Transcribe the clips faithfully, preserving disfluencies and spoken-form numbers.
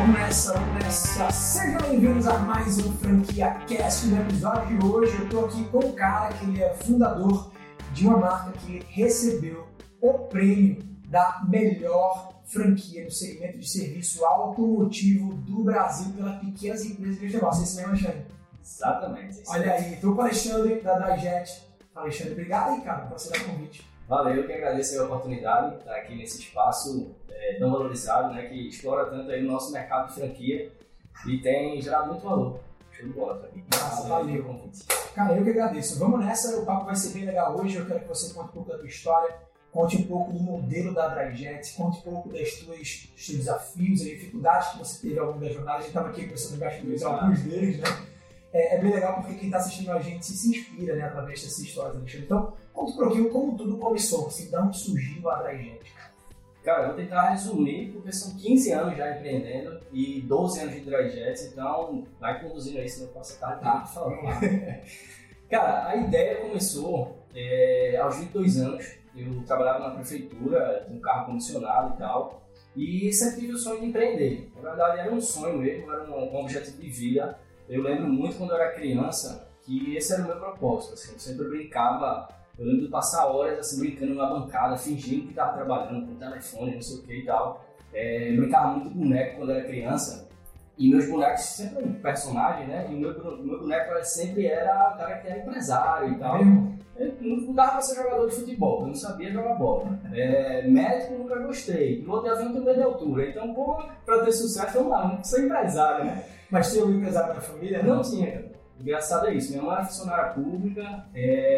Vamos nessa, vamos nessa. Sejam bem-vindos a mais um Franquia Cast. No episódio de hoje eu tô aqui com um cara que ele é fundador de uma marca que recebeu o prêmio da melhor franquia no segmento de serviço automotivo do Brasil pela Pequenas Empresas de Negócio. Esse mesmo, Alexandre? Exatamente. Olha aí, tô com o Alexandre da Dryjet. Alexandre, obrigado aí, cara, por você dar o convite. Valeu, eu que agradeço a oportunidade de estar aqui nesse espaço é, tão valorizado, né, que explora tanto aí o nosso mercado de franquia e tem gerado muito valor. Show de bola pra mim. Ah, valeu. Convite. Cara, eu que agradeço. Vamos nessa, o papo vai ser bem legal hoje. Eu quero que você conte um pouco da tua história, conte um pouco do modelo da Dryjet, conte um pouco das tuas, dos teus desafios e dificuldades que você teve ao longo da jornada. A gente estava aqui conversando bastante ah. alguns deles, né? É, é bem legal porque quem está assistindo a gente se inspira, né, através dessas histórias, Alexandre. Então, conta um pouquinho como tudo começou, assim, de onde surgiu a Dryjet. Cara, eu vou tentar resumir, porque são quinze anos já empreendendo e doze anos de Dryjet, então vai conduzindo aí, senão eu posso estar tarde falando. Cara, a ideia começou é, aos vinte e dois anos. Eu trabalhava na prefeitura, com carro comissionado e tal, e sempre tive o sonho de empreender. Na verdade, era um sonho mesmo, era um, um objetivo de vida. Eu lembro muito quando eu era criança que esse era o meu propósito, assim, eu sempre brincava, eu lembro de passar horas assim, brincando na bancada, fingindo que estava trabalhando com telefone, não sei o que e tal. É, eu brincava muito de boneco quando eu era criança, e meus bonecos sempre eram um personagem, né? E o meu, meu boneco sempre era o cara que era empresário e tal. Eu não dava pra ser jogador de futebol, eu não sabia jogar bola. É, médico nunca gostei, piloto de avião também de altura, então, pô, pra ter sucesso, vamos lá, não sou empresário, né? Mas tinha um empresário na família? Não, não tinha, cara. Engraçado é isso, minha mãe era funcionária pública,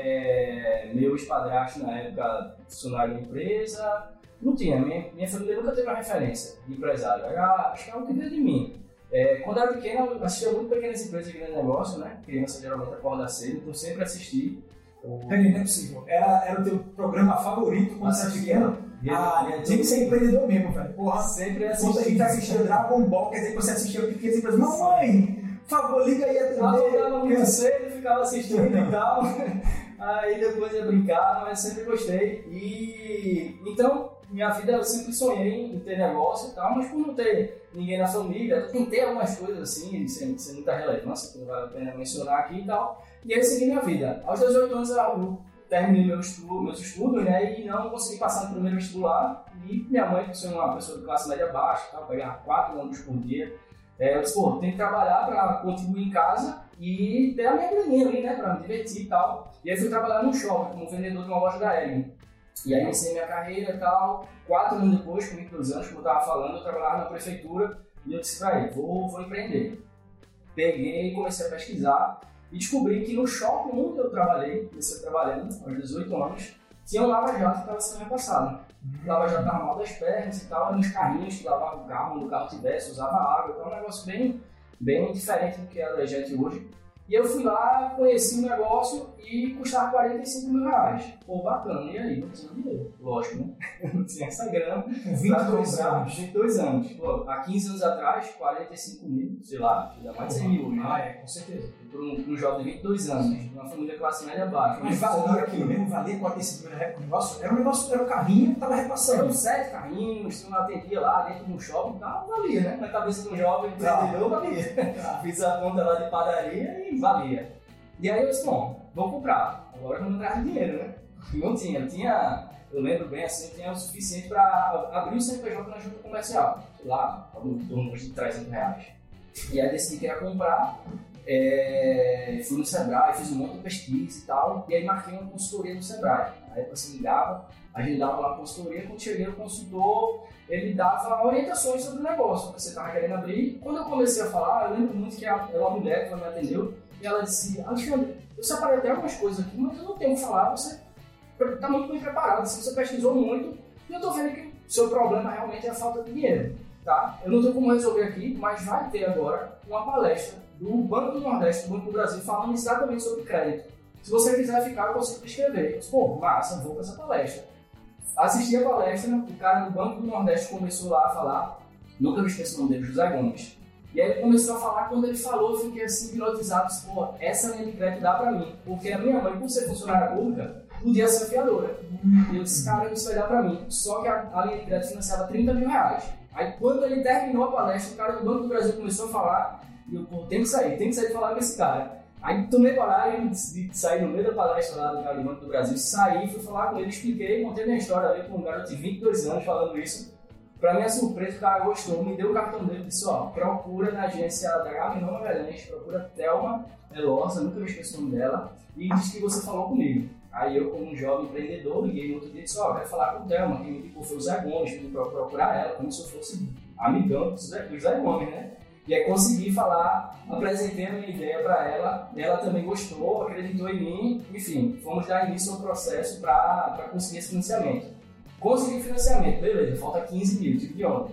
é, meu ex-padrasto na época funcionário de empresa, não tinha, minha, minha família nunca teve uma referência de empresário, era, acho que era o que veio de mim. É, quando eu era pequeno, eu assistia muito Pequenas Empresas de Grande Negócio, né? Criança geralmente acorda cedo, então sempre assisti. Peraí, não é possível. Era, era o teu programa favorito quando você era pequeno? Ah, tinha que ser empreendedor mesmo, velho. Porra, sempre assisti. Quando a gente assistia Dragon Ball, quer dizer que você assistia Pequenas Empresas. Mamãe, por favor, liga aí a T V. Eu acordava muito cedo, ficava assistindo e tal. Aí depois ia brincar, mas sempre gostei. E então, minha vida eu sempre sonhei em ter negócio e tal, mas por não ter ninguém na família, eu tentei algumas coisas assim, sem, sem muita relevância, que não vale a pena mencionar aqui e tal. E aí segui minha vida. Aos dezoito anos eu terminei meu estudo, meus estudos, né, e não consegui passar no primeiro vestibular. E minha mãe, por ser uma pessoa de classe média baixa, tal, pegava quatro ônibus por dia, é, eu disse, pô, tem que trabalhar para contribuir em casa e ter a minha graninha ali, né, para me divertir e tal. E aí fui trabalhar num shopping como vendedor de uma loja da Hering. E aí iniciei minha carreira e tal. Quatro anos depois, com vinte e dois anos, como eu estava falando, eu trabalhava na prefeitura e eu disse pra ele, vou, vou empreender. Peguei e comecei a pesquisar e descobri que no shopping onde eu trabalhei, comecei trabalhando aos dezoito anos, tinha um lava-jato que estava sendo repassado. O lava-jato estava mal das pernas e tal, eram uns carrinhos que lavavam o carro, onde o carro tivesse, usava água, então é um negócio bem, bem diferente do que é a Dryjet hoje. E eu fui lá, conheci o negócio e custava quarenta e cinco mil reais. Pô, bacana, e aí? Não tinha dinheiro, lógico, né? Não tinha essa grana. vinte e dois anos. vinte e dois anos. Pô, há quinze anos atrás, quarenta e cinco mil, sei lá, ainda mais de cem mil hoje. Ah, é, com certeza. Para um, um jovem de vinte e dois anos, de uma família classe média baixa. Mas valia aquilo mesmo, valia quarenta e cinco mil reais o negócio? Era um negócio, era um carrinho que estava repassando. Eram sete carrinhos, tinha uma atendia lá dentro de um shopping e tal, valia, né? Na cabeça de um jovem empreendedor, valia. Ah. Fiz a conta lá de padaria e valia. E aí eu disse, bom, vou comprar, agora vamos atrás de dinheiro, né? Não tinha, eu tinha, eu lembro bem assim, eu tinha o suficiente para abrir o C N P J na junta comercial, sei lá, em torno de trezentos reais. E aí decidi que ia comprar, é, fui no Sebrae, fiz um monte de pesquisa e tal, e aí marquei uma consultoria no Sebrae. Aí você ligava, agendava lá a consultoria, quando cheguei o consultor, ele dava orientações sobre o negócio que você estava querendo abrir. Quando eu comecei a falar, eu lembro muito que era uma mulher que me atendeu, e ela disse, Alexandre, eu separei até algumas coisas aqui, mas eu não tenho o que falar, você está muito bem preparado, assim, você pesquisou muito, e eu estou vendo que o seu problema realmente é a falta de dinheiro, tá? Eu não tenho como resolver aqui, mas vai ter agora uma palestra do Banco do Nordeste, do Banco do Brasil, falando exatamente sobre crédito. Se você quiser ficar, eu consigo te escrever. Eu disse, pô, massa, eu vou para essa palestra. Assisti a palestra, o cara do Banco do Nordeste começou lá a falar, nunca me esqueço o nome dele, José Gomes. E aí ele começou a falar, quando ele falou, eu fiquei assim, hipnotizado, disse, pô, essa linha de crédito dá pra mim. Porque a minha mãe, por ser funcionária pública, podia ser fiadora. Hum. E eu disse, cara, isso vai dar pra mim. Só que a, a linha de crédito financiava trinta mil reais. Aí quando ele terminou a palestra, o cara do Banco do Brasil começou a falar, e eu, pô, tem que sair, tem que sair e falar com esse cara. Aí tomei coragem de sair no meio da palestra lá do cara do Banco do Brasil, saí, fui falar com ele, expliquei, contei minha história ali com um garoto de vinte e dois anos falando isso. Pra minha surpresa, o cara gostou, me deu o cartão dele e disse, ó, procura na agência da Gabriel Magalhães, procura Thelma Elosa, nunca me esqueço o nome dela, e diz que você falou comigo. Aí eu, como um jovem empreendedor, liguei no outro dia e disse, ó, quero falar com o Thelma, quem me indicou foi o Zé Gomes, pediu pra procurar ela, como se eu fosse amigão do Zé, do Zé Gomes, né? E aí consegui falar, apresentei a minha ideia para ela, ela também gostou, acreditou em mim, enfim, fomos dar início ao processo para conseguir esse financiamento. Consegui financiamento, beleza, falta quinze mil, tipo de ontem.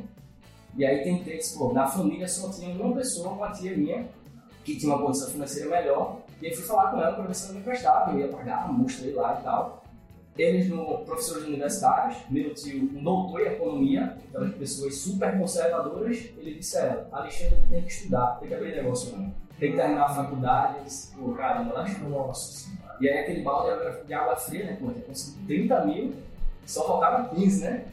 E aí tentei, pô, na família só tinha uma pessoa, uma tia minha, que tinha uma condição financeira melhor, e aí fui falar com ela para ver se ela me emprestava, eu ia pagar, mostrei lá e tal. Eles, no, professores universitários, meu tio, um doutor em economia, aquelas pessoas super conservadoras, ele disse a ela, Alexandre, tem que estudar, tem que abrir negócio, não. Tem que terminar a faculdade. Eu disse, pô, caramba, lá estou. Nossa. E aí aquele balde de água, de água fria, né, pô, eu consegui trinta mil, só faltava quinze, né?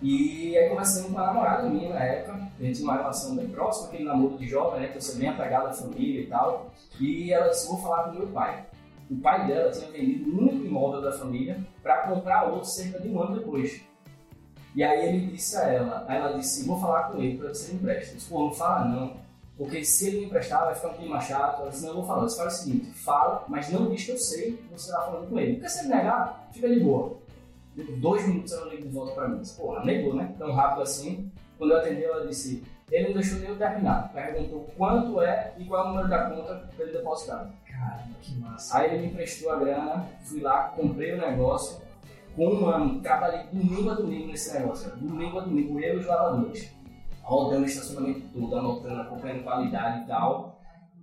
E aí conversando com a namorada minha na época, a gente tinha uma relação bem próxima, aquele namoro de jovem, né, que eu sou bem apegado à família e tal, e ela disse, vou falar com o meu pai. O pai dela tinha vendido o único imóvel da família para comprar outro cerca de um ano depois. E aí ele disse a ela, aí ela disse, vou falar com ele para ver se ele empresta. Eu disse, pô, não fala não, porque se ele me emprestar vai ficar um clima chato. Ela disse, não, eu vou falar. Eu disse, fala o seguinte, fala, mas não diz que eu sei que você está falando com ele. Porque se ele negar, fica de boa. Deu dois minutos ela ligou de volta para mim. Eu disse, porra, negou, né? Tão rápido assim. Quando eu atendi, ela disse, ele não deixou nem eu terminar. Perguntou quanto é e qual é o número da conta para ele depositar. Caramba, que massa. Aí ele me emprestou a grana, fui lá, comprei o negócio. Com um ano, trabalhei domingo a domingo nesse negócio. Domingo a domingo, eu e os lavadores. Rodando o estacionamento todo, anotando, acompanhando qualidade e tal.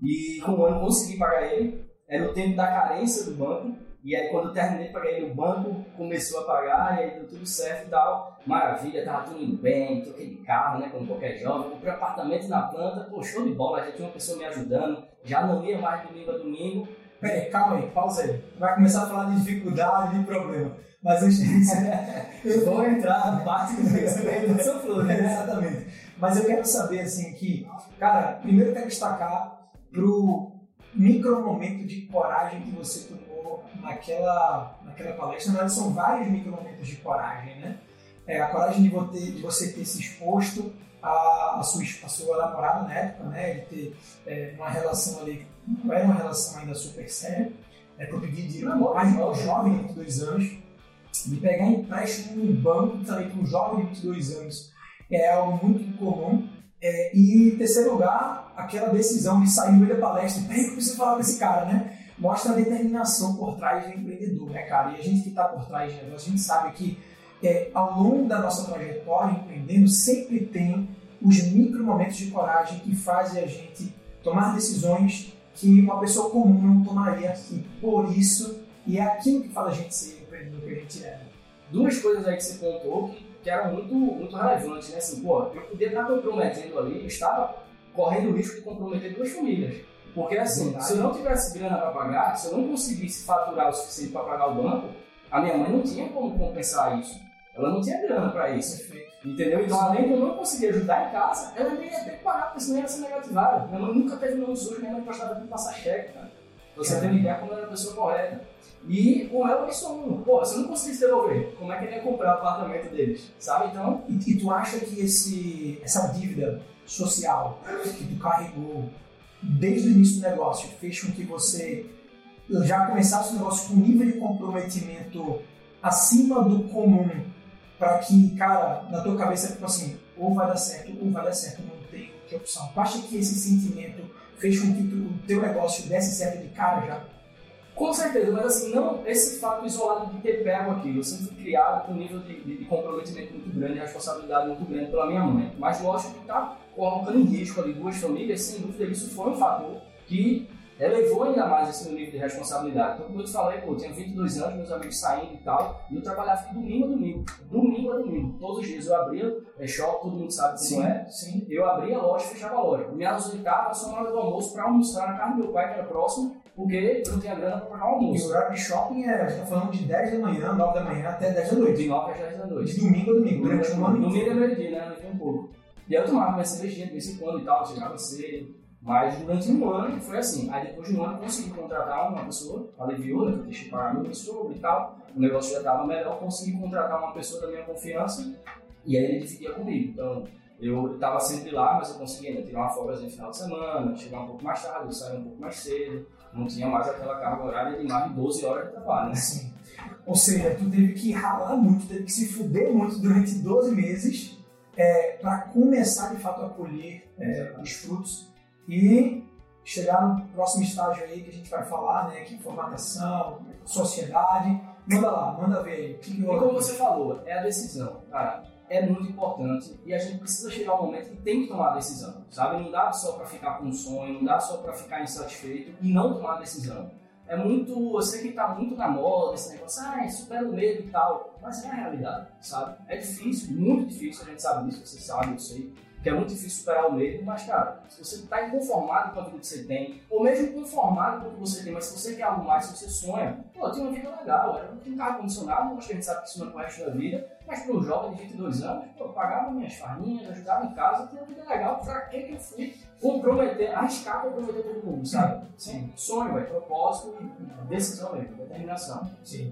E com um ano consegui pagar ele. Era o tempo da carência do banco. E aí quando eu terminei de pagar ele, o banco começou a pagar e aí deu tudo certo e tal. Maravilha, tava tudo indo bem, troquei de carro, né, como qualquer jovem. Comprei apartamento na planta, pô, show de bola, já tinha uma pessoa me ajudando. Já não ia mais domingo a domingo. Peraí, calma aí, pausa aí. Vai começar a falar de dificuldade, de problema. Mas antes disso, eu vou entrar na parte do conhecimento do seu flor, né? Exatamente. Mas eu quero saber, assim, que, cara, primeiro eu quero destacar pro micro momento de coragem que você tomou naquela, naquela palestra. Na verdade, são vários micro momentos de coragem, né? É, a coragem de você, de você ter se exposto a, a, sua, a sua namorada na época, né? De ter é, uma relação ali, não era uma relação ainda super séria, é, para pedir dinheiro para um jovem de vinte e dois anos, de pegar empréstimo no banco também para um jovem de vinte e dois anos, é algo muito comum. É, e em terceiro lugar, aquela decisão de sair no meio da palestra, peraí que eu preciso falar com esse cara, né? Mostra a determinação por trás do empreendedor, né, cara? E a gente que está por trás de negócio, a gente sabe que é, ao longo da nossa trajetória empreendendo, sempre tem os micro momentos de coragem que fazem a gente tomar decisões que uma pessoa comum não tomaria. E por isso, e é aquilo que faz a gente ser o empreendedor que a gente é. Duas coisas aí que você contou que, que eram muito, muito relevantes, né? Assim, pô, eu podia estar comprometendo ali, eu estava correndo o risco de comprometer duas famílias. Porque assim, verdade, se eu não tivesse grana para pagar, se eu não conseguisse faturar o suficiente para pagar o banco, a minha mãe não tinha como compensar isso. Ela não tinha grana para isso. Perfeito. Entendeu? Então, além de eu não conseguir ajudar em casa, ela nem ia ter que pagar, porque senão ia ser negativada. Minha mãe nunca teve nome sujo, minha mãe gostava de passar cheque, cara. Você tem que ligar como era a pessoa correta. E com ela eu sou um. Pô, se eu não conseguisse devolver, como é que ele ia comprar o apartamento deles? Sabe? Então. E, e tu acha que esse, essa dívida social que tu carregou desde o início do negócio fez com que você já começasse o negócio com um nível de comprometimento acima do comum, para que, cara, na tua cabeça, tipo assim, ou vai dar certo, ou vai dar certo, não tem outra opção. Tu acha que esse sentimento fez com que tu, o teu negócio desse certo de cara já? Com certeza, mas assim, não esse fato isolado de ter pego aquilo. Eu sempre fui criado com um nível de, de, de comprometimento muito grande, de responsabilidade muito grande pela minha mãe. Mas lógico que tá colocando em risco ali duas famílias, sem dúvida isso foi um fator que elevou ainda mais esse meu nível de responsabilidade. Então, como eu te falei, pô, eu tinha vinte e dois anos, meus amigos saindo e tal, e eu trabalhava de domingo a domingo, domingo a domingo, todos os dias eu abria, é shopping, todo mundo sabe como sim, é, sim. Eu abria a loja e fechava a loja. Me ausentava só na hora do almoço para almoçar na casa do meu pai, que era próximo, porque eu não tinha grana para pagar o almoço. E o horário de shopping é, a gente tá falando de dez da manhã, nove da manhã até dez da noite. De nove às dez da noite. De domingo a domingo, durante um ano. Domingo é meio-dia, né? Eu um pouco. E aí eu tomava minha cervejinha de vez em quando e tal, chegava cedo. Mas durante um ano foi assim. Aí depois de um ano eu consegui contratar uma pessoa, aliviou, né? Que eu deixei de pagar meu pessoa e tal. O negócio já estava melhor, consegui contratar uma pessoa da minha confiança e aí ele dividia comigo. Então eu estava sempre lá, mas eu conseguia ainda tirar uma folga no final de semana, chegar um pouco mais tarde, eu saía um pouco mais cedo. Não tinha mais aquela carga horária de mais de doze horas de trabalho, né? Sim. Ou seja, tu teve que ralar muito, teve que se fuder muito durante doze meses é, para começar de fato a colher é, os frutos e chegar no próximo estágio aí que a gente vai falar, né? Que é formatação, sociedade. Manda lá, manda ver aí. Que que e como você falou, é a decisão, cara. É muito importante e a gente precisa chegar ao momento que tem que tomar a decisão, sabe? Não dá só para ficar com um sonho, não dá só para ficar insatisfeito e não tomar a decisão. É muito, eu sei que tá muito na moda esse negócio, ah, supera o medo e tal, mas é a realidade, sabe? É difícil, muito difícil, a gente sabe disso, você sabe, eu sei, que é muito difícil superar o medo, mas cara, se você está inconformado com a vida que você tem, ou mesmo conformado com o que você tem, mas se você quer algo mais, se você sonha, pô, eu tenho uma vida legal, eu não tenho carro condicionado, acho que a gente sabe que isso não é pro resto da vida, mas para um jovem de vinte e dois anos, pô, eu pagava minhas farrinhas, ajudava em casa, eu tinha uma vida legal, pra que que eu fui comprometer, arriscar comprometer todo mundo, sabe? Sim. Sonho, é propósito, decisão mesmo, determinação. Sim.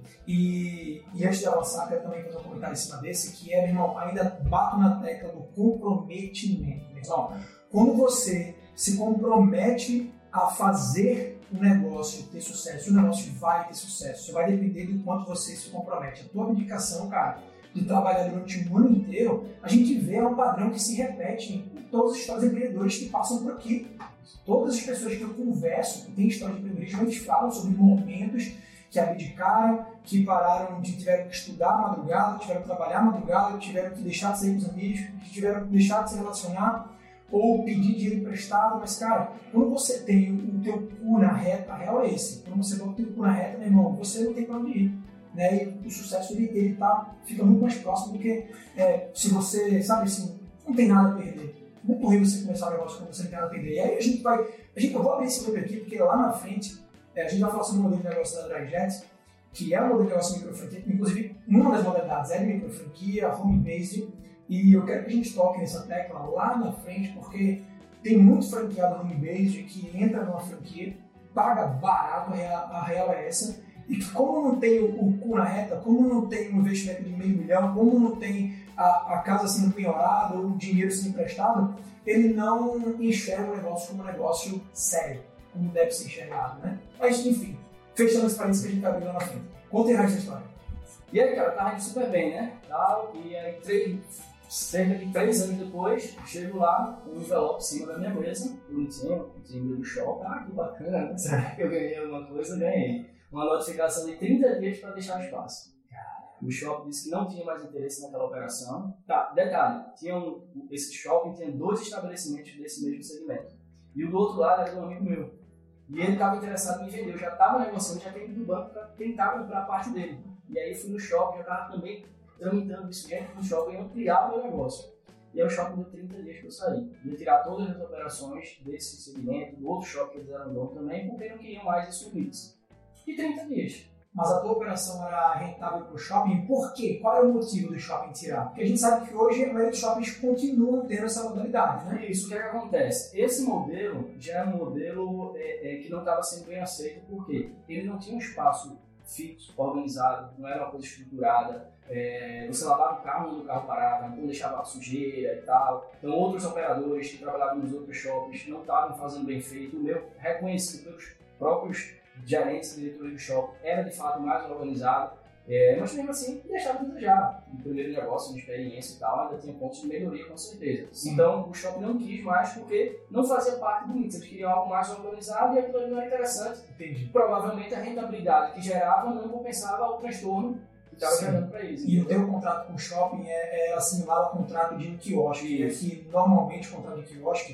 E, e antes de avançar, quero também fazer um comentário em cima desse, que é, meu irmão, ainda bato na tecla do comprometimento. Meu irmão, quando você se compromete a fazer o negócio ter sucesso, o negócio vai ter sucesso, você vai depender do quanto você se compromete. A tua dedicação, cara, de trabalhar durante um ano inteiro, a gente vê um padrão que se repete em todas as histórias de empreendedores que passam por aqui. Todas as pessoas que eu converso, que têm história de empreendedorismo, eles falam sobre momentos que abdicaram, que pararam, de tiveram que estudar à madrugada, tiveram que trabalhar à madrugada, tiveram que deixar de sair com os amigos, que tiveram que deixar de se relacionar ou pedir dinheiro emprestado. Mas, cara, quando você tem o teu cu na reta, a real é esse. Quando você não tem o cu na reta, meu irmão, você não tem pra onde ir. Né? E o sucesso ele, ele tá, fica muito mais próximo do que é, se você, sabe assim, não tem nada a perder. Muito ruim você começar um negócio quando você não tem nada a perder. E aí a gente vai, a gente, eu vou abrir esse livro aqui, porque lá na frente é, a gente vai falar sobre o modelo de negócio da Dryjet, que é um modelo de negócio de microfranquia, inclusive uma das modalidades é de microfranquia, home-based, e eu quero que a gente toque nessa tecla lá na frente, porque tem muito franqueado home-based que entra numa franquia, paga barato, a real, a real é essa, e que como não tem o, o cu na reta, como não tem um investimento de meio milhão, como não tem a, a casa sendo penhorada ou o dinheiro sendo emprestado, ele não enxerga o negócio como um negócio sério, como deve ser enxergado, né? Mas, enfim, fechando esse parênteses que a gente tá abrindo lá na frente. Conta aí essa história. E aí, cara, tava indo super bem, né? Tal, e aí, três, cerca de três anos depois, chego lá, um envelope em cima da minha mesa, bonitinho, timbre do shopping, ah, que bacana, será que eu ganhei alguma coisa? Ganhei. Uma notificação de trinta dias para deixar o espaço. O shopping disse que não tinha mais interesse naquela operação. Tá, detalhe, tinha um, esse shopping tinha dois estabelecimentos desse mesmo segmento. E o do outro lado era de um amigo meu. E ele estava interessado em me vender. Eu já estava negociando, já tinha ido do banco para tentar comprar a parte dele. E aí fui no shopping, já estava também tramitando isso dentro do shopping e ampliar o meu negócio. E aí o shopping deu trinta dias que eu saí. Ia tirar todas as operações desse segmento, do outro shopping que eles eram dono também, porque não queriam mais esse mix. E trinta dias. Mas a tua operação era rentável para o shopping, por quê? Qual é o motivo do shopping tirar? Porque a gente sabe que hoje a maioria dos shoppings continuam tendo essa modalidade, né? Isso, o que é que acontece? Esse modelo já é um modelo é, é, que não estava sendo bem aceito, porque ele não tinha um espaço fixo, organizado, não era uma coisa estruturada, é, você lavava o carro onde o carro parava, então deixava sujeira e tal. Então outros operadores que trabalhavam nos outros shoppings não estavam fazendo bem feito. O meu reconhecido pelos próprios gerentes e diretores do shopping era de fato mais organizado, é, mas mesmo assim deixava de desejar. No primeiro negócio, de experiência e tal, ainda tinha pontos de melhoria com certeza. Sim. Então o shopping não quis mais porque não fazia parte do mix, eles queriam algo mais organizado e aquilo ali não era interessante. Entendi. Provavelmente a rentabilidade que gerava não compensava o transtorno que estava gerando para eles. E o teu contrato com o shopping é, é similar ao contrato de um quiosque, né? Que normalmente o contrato de quiosque,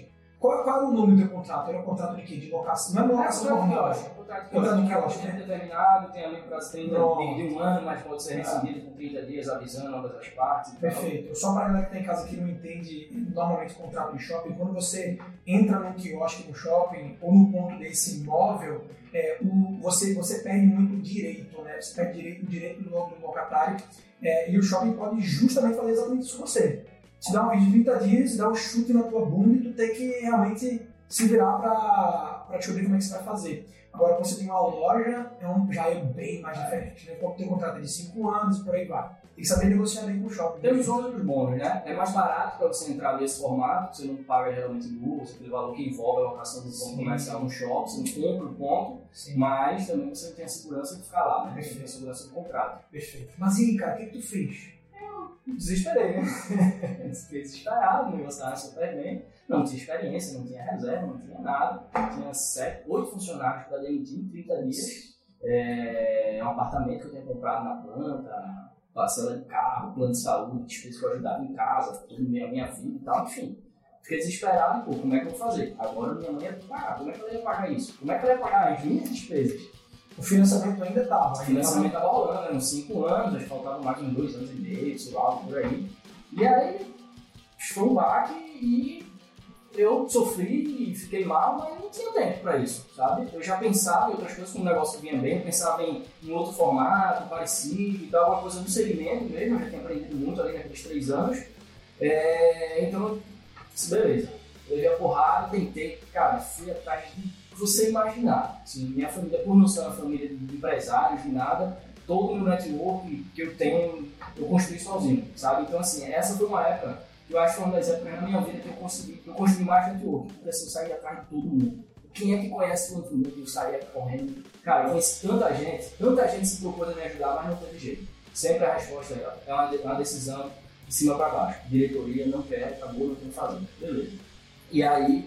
Qual, qual era o nome do teu contrato? Era um contrato de quê? De locação? Não é locação contrato de normal. quiosque. Contrato de Contrato de quiosque. quiosque, Tempo né? determinado, tem ali prazo trinta Pronto. de um ano, mas pode ser rescindido com trinta dias, avisando ambas as partes. e tal. Perfeito. Só para a galera que está em casa que não entende normalmente contrato de shopping, quando você entra num quiosque no shopping ou num ponto desse imóvel, é, o, você, você perde muito direito, né? Você perde direito, o direito do, do locatário é, e o shopping pode justamente fazer exatamente isso com você. Te dá um vídeo de trinta dias, dá um chute na tua bunda e tu tem que realmente se virar para descobrir como é que você vai fazer. Agora, quando você tem uma loja, é um, já é bem mais diferente. Né? Quando tem um contrato de cinco anos e por aí vai. Tem que saber negociar bem com o shopping. Tem os ônus e os bônus, né? É mais barato para você entrar nesse formato, você não paga geralmente bolsa, aquele valor que envolve a locação do ponto comercial no shopping, você não compra o ponto, Sim. mas também você não tem a segurança de ficar lá, né? Você Perfeito. tem a segurança do contrato. Perfeito. Mas e aí, cara, o que, que tu fez? Desesperei, né? Fiquei desesperado, o negócio estava super bem. Não tinha experiência, não tinha reserva, não tinha nada. Tinha sete, oito funcionários para demitir em trinta dias. É um apartamento que eu tinha comprado na planta, parcela de carro, plano de saúde, despesas que eu ajudava em casa, tudo meio a minha vida e tal, enfim. Fiquei desesperado e, pô, como é que eu vou fazer? Agora minha mãe ia pagar, como é que ela ia pagar isso? Como é que ela ia pagar as minhas despesas? O financiamento ainda estava. O financiamento estava rolando, eram cinco anos, acho que faltavam mais uns dois anos e meio, sei lá, por aí. E aí, foi um baque e eu sofri e fiquei mal, mas não tinha tempo para isso, sabe? Eu já pensava em outras coisas, como o negócio vinha bem, eu pensava em, em outro formato, parecido e tal, alguma coisa no segmento mesmo, eu já tinha aprendido muito ali naqueles três anos. É, então, eu disse, beleza. Eu levei a porrada, tentei, cara, fui atrás de você imaginar. Assim, minha família, por não ser uma família de empresários, de nada, todo o meu network que eu tenho, eu construí sozinho, sabe? Então, assim, essa foi uma época que eu acho que foi uma das épocas na minha vida que eu consegui, que eu construí mais network, porque assim, eu saí atrás de todo mundo. Quem é que conhece todo mundo? Eu saía correndo. Cara, eu conheci tanta gente, tanta gente se propôs a me ajudar, mas não teve jeito. Sempre a resposta é uma, uma decisão de cima para baixo. Diretoria, não quer, acabou, não tem o que fazer. Beleza. E aí,